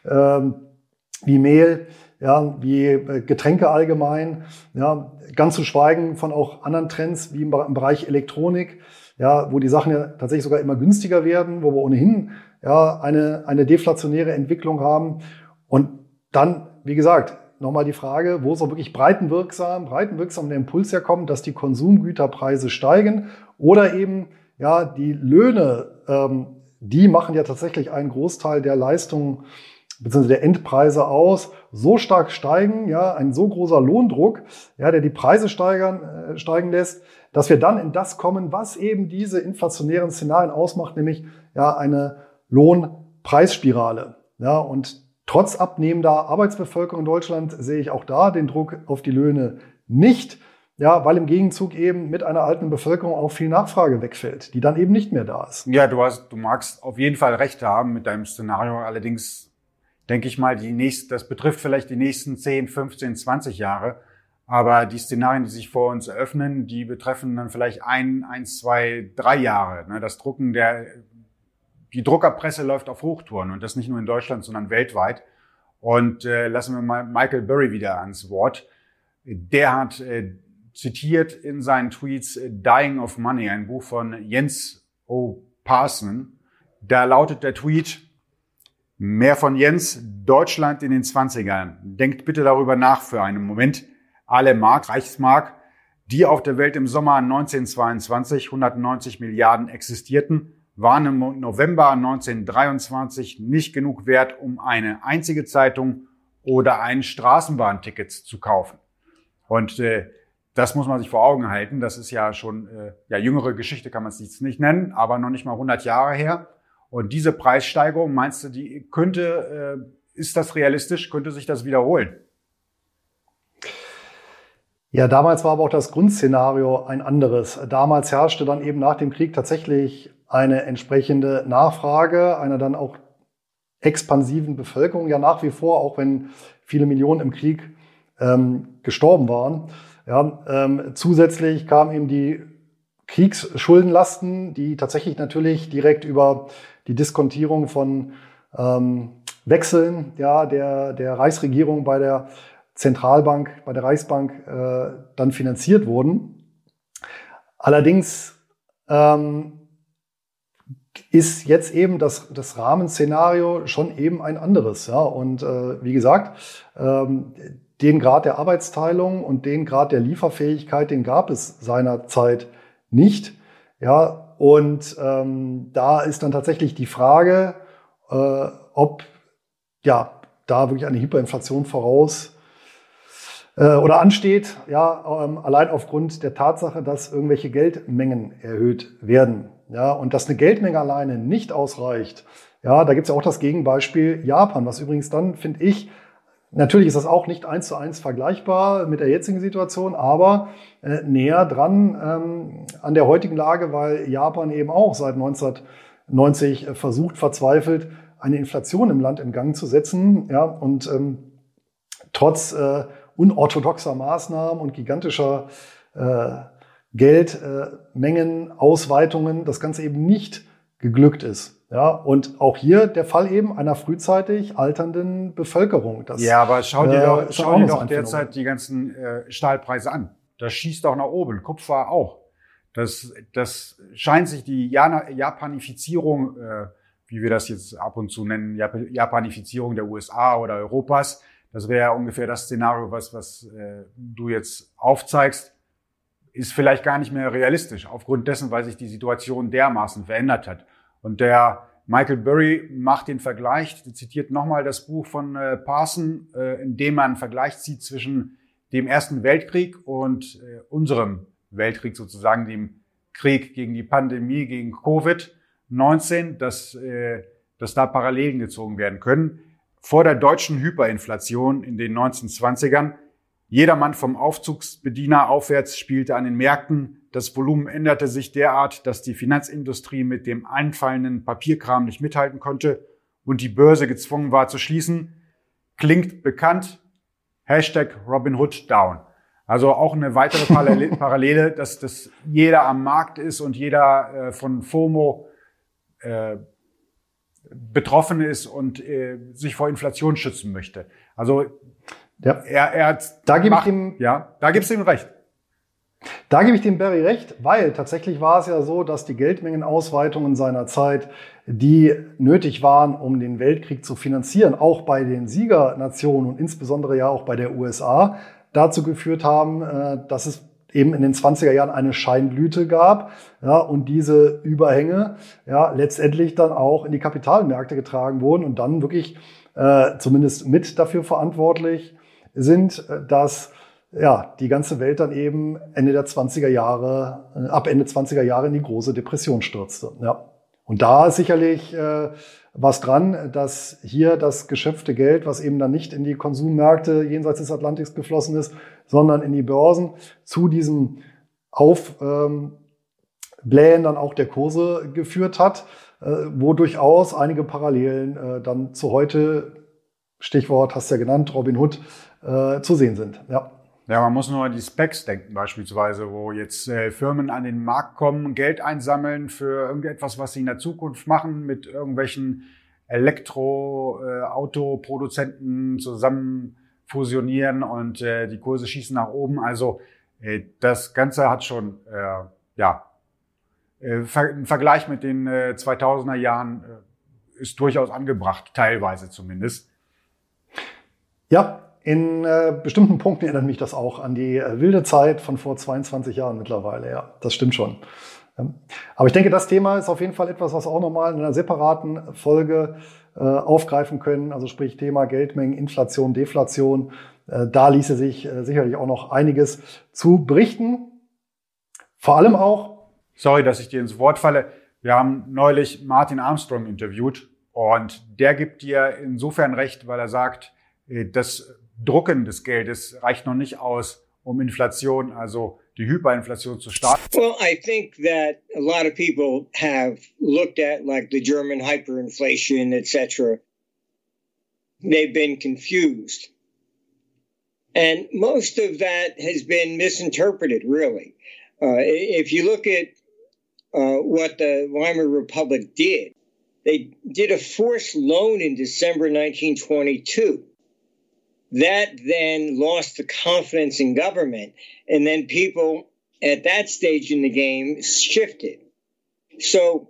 wie Mehl, ja, wie Getränke allgemein, ja, ganz zu schweigen von auch anderen Trends wie im Bereich Elektronik, ja, wo die Sachen ja tatsächlich sogar immer günstiger werden, wo wir ohnehin ja eine deflationäre Entwicklung haben. Und dann, wie gesagt, nochmal die Frage, wo soll wirklich breitenwirksam der Impuls herkommen, dass die Konsumgüterpreise steigen oder eben ja die Löhne, die machen ja tatsächlich einen Großteil der Leistungen bzw. der Endpreise aus, so stark steigen, ja, ein so großer Lohndruck, ja, der die Preise steigen lässt, dass wir dann in das kommen, was eben diese inflationären Szenarien ausmacht, nämlich ja eine Lohnpreisspirale. Ja, und trotz abnehmender Arbeitsbevölkerung in Deutschland sehe ich auch da den Druck auf die Löhne nicht, ja, weil im Gegenzug eben mit einer alten Bevölkerung auch viel Nachfrage wegfällt, die dann eben nicht mehr da ist. Ja, du magst auf jeden Fall recht haben mit deinem Szenario. Allerdings denke ich mal, das betrifft vielleicht die nächsten 10, 15, 20 Jahre. Aber die Szenarien, die sich vor uns eröffnen, die betreffen dann vielleicht 1, 2, 3 Jahre. Das Drucken die Druckerpresse läuft auf Hochtouren und das nicht nur in Deutschland, sondern weltweit. Und lassen wir mal Michael Burry wieder ans Wort. Der hat zitiert in seinen Tweets Dying of Money, ein Buch von Jens O. Parson. Da lautet der Tweet: Mehr von Jens, Deutschland in den 20ern. Denkt bitte darüber nach für einen Moment. Alle Reichsmark, die auf der Welt im Sommer 1922 190 Milliarden existierten, waren im November 1923 nicht genug wert, um eine einzige Zeitung oder ein Straßenbahnticket zu kaufen. Und das muss man sich vor Augen halten. Das ist ja schon, jüngere Geschichte kann man es jetzt nicht nennen, aber noch nicht mal 100 Jahre her. Und diese Preissteigerung, meinst du, ist das realistisch? Könnte sich das wiederholen? Ja, damals war aber auch das Grundszenario ein anderes. Damals herrschte dann eben nach dem Krieg tatsächlich eine entsprechende Nachfrage einer dann auch expansiven Bevölkerung, ja nach wie vor, auch wenn viele Millionen im Krieg gestorben waren. Ja, zusätzlich kamen eben die Kriegsschuldenlasten, die tatsächlich natürlich direkt über die Diskontierung von Wechseln ja, der Reichsregierung bei der Zentralbank, bei der Reichsbank dann finanziert wurden. Allerdings ist jetzt eben das Rahmenszenario schon eben ein anderes. Ja? Und wie gesagt, den Grad der Arbeitsteilung und den Grad der Lieferfähigkeit, den gab es seinerzeit nicht. Ja? Und da ist dann tatsächlich die Frage, ob ja da wirklich eine Hyperinflation oder ansteht, ja, allein aufgrund der Tatsache, dass irgendwelche Geldmengen erhöht werden. Ja, und dass eine Geldmenge alleine nicht ausreicht. Ja, da gibt's ja auch das Gegenbeispiel Japan, was übrigens dann, finde ich, natürlich ist das auch nicht 1:1 vergleichbar mit der jetzigen Situation, aber näher dran an der heutigen Lage, weil Japan eben auch seit 1990 versucht, verzweifelt, eine Inflation im Land in Gang zu setzen. Ja, und trotz unorthodoxer Maßnahmen und gigantischer Geldmengen, Ausweitungen, das Ganze eben nicht geglückt ist. Ja, und auch hier der Fall eben einer frühzeitig alternden Bevölkerung. Ja, aber schau dir doch derzeit die ganzen Stahlpreise an. Das schießt auch nach oben. Kupfer auch. Das scheint sich die Japanifizierung, wie wir das jetzt ab und zu nennen, Japanifizierung der USA oder Europas, das wäre ja ungefähr das Szenario, was du jetzt aufzeigst, ist vielleicht gar nicht mehr realistisch, aufgrund dessen, weil sich die Situation dermaßen verändert hat. Und der Michael Burry macht den Vergleich, zitiert nochmal das Buch von Parson, in dem man einen Vergleich zieht zwischen dem Ersten Weltkrieg und unserem Weltkrieg sozusagen, dem Krieg gegen die Pandemie, gegen Covid-19, dass da Parallelen gezogen werden können. Vor der deutschen Hyperinflation in den 1920ern, jedermann vom Aufzugsbediener aufwärts spielte an den Märkten. Das Volumen änderte sich derart, dass die Finanzindustrie mit dem einfallenden Papierkram nicht mithalten konnte und die Börse gezwungen war zu schließen. Klingt bekannt? Robin Hood down. Also auch eine weitere Parallele, dass jeder am Markt ist und jeder von FOMO betroffen ist und sich vor Inflation schützen möchte. Also ja. Da gibst du ihm recht. Da gebe ich dem Barry recht, weil tatsächlich war es ja so, dass die Geldmengenausweitungen seiner Zeit, die nötig waren, um den Weltkrieg zu finanzieren, auch bei den Siegernationen und insbesondere ja auch bei der USA, dazu geführt haben, dass es eben in den 20er Jahren eine Scheinblüte gab, ja, und diese Überhänge ja letztendlich dann auch in die Kapitalmärkte getragen wurden und dann wirklich zumindest mit dafür verantwortlich sind, dass ja die ganze Welt dann eben ab Ende 20er Jahre in die große Depression stürzte. Ja. Und da ist sicherlich was dran, dass hier das geschöpfte Geld, was eben dann nicht in die Konsummärkte jenseits des Atlantiks geflossen ist, sondern in die Börsen, zu diesem Aufblähen dann auch der Kurse geführt hat, wo durchaus einige Parallelen dann zu heute, Stichwort hast du ja genannt, Robin Hood, zu sehen sind. Ja. Ja, man muss nur an die Specs denken beispielsweise, wo jetzt Firmen an den Markt kommen, Geld einsammeln für irgendetwas, was sie in der Zukunft machen, mit irgendwelchen Autoproduzenten zusammen fusionieren und die Kurse schießen nach oben. Also das Ganze hat schon ein Vergleich mit den 2000er Jahren ist durchaus angebracht, teilweise zumindest. Ja. In bestimmten Punkten erinnert mich das auch an die wilde Zeit von vor 22 Jahren mittlerweile. Ja, das stimmt schon. Aber ich denke, das Thema ist auf jeden Fall etwas, was wir auch nochmal in einer separaten Folge aufgreifen können. Also sprich Thema Geldmengen, Inflation, Deflation. Da ließe sich sicherlich auch noch einiges zu berichten. Vor allem auch... Sorry, dass ich dir ins Wort falle. Wir haben neulich Martin Armstrong interviewt und der gibt dir insofern recht, weil er sagt, das Drucken des Geldes reicht noch nicht aus, um Inflation, also die Hyperinflation zu starten. Well, I think that a lot of people have looked at like the German hyperinflation, etc. They've been confused. And most of that has been misinterpreted, really. If you look at what the Weimar Republic did, they did a forced loan in December 1922. That then lost the confidence in government, and then people at that stage in the game shifted. So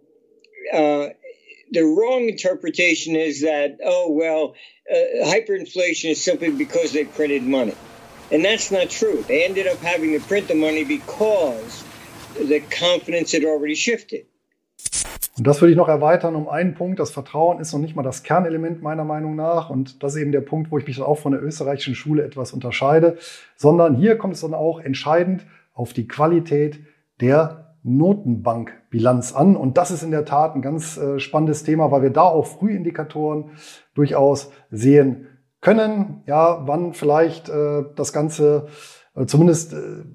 the wrong interpretation is that, hyperinflation is simply because they printed money. And that's not true. They ended up having to print the money because the confidence had already shifted. Und das würde ich noch erweitern um einen Punkt. Das Vertrauen ist noch nicht mal das Kernelement meiner Meinung nach. Und das ist eben der Punkt, wo ich mich dann auch von der österreichischen Schule etwas unterscheide. Sondern hier kommt es dann auch entscheidend auf die Qualität der Notenbankbilanz an. Und das ist in der Tat ein ganz spannendes Thema, weil wir da auch Frühindikatoren durchaus sehen können. Ja, wann vielleicht das Ganze zumindest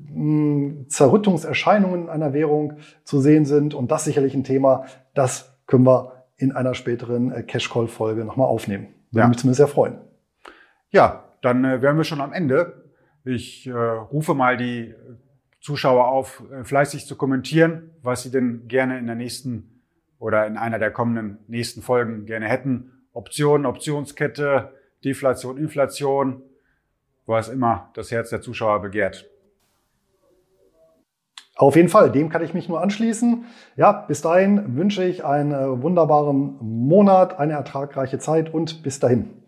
Zerrüttungserscheinungen einer Währung zu sehen sind. Und das sicherlich ein Thema, das können wir in einer späteren Cash-Call-Folge nochmal aufnehmen. Würde mich zumindest sehr freuen. Ja, dann wären wir schon am Ende. Ich rufe mal die Zuschauer auf, fleißig zu kommentieren, was sie denn gerne in der nächsten oder in einer der kommenden nächsten Folgen gerne hätten. Optionen, Optionskette, Deflation, Inflation, was immer das Herz der Zuschauer begehrt. Auf jeden Fall, dem kann ich mich nur anschließen. Ja, bis dahin wünsche ich einen wunderbaren Monat, eine ertragreiche Zeit und bis dahin.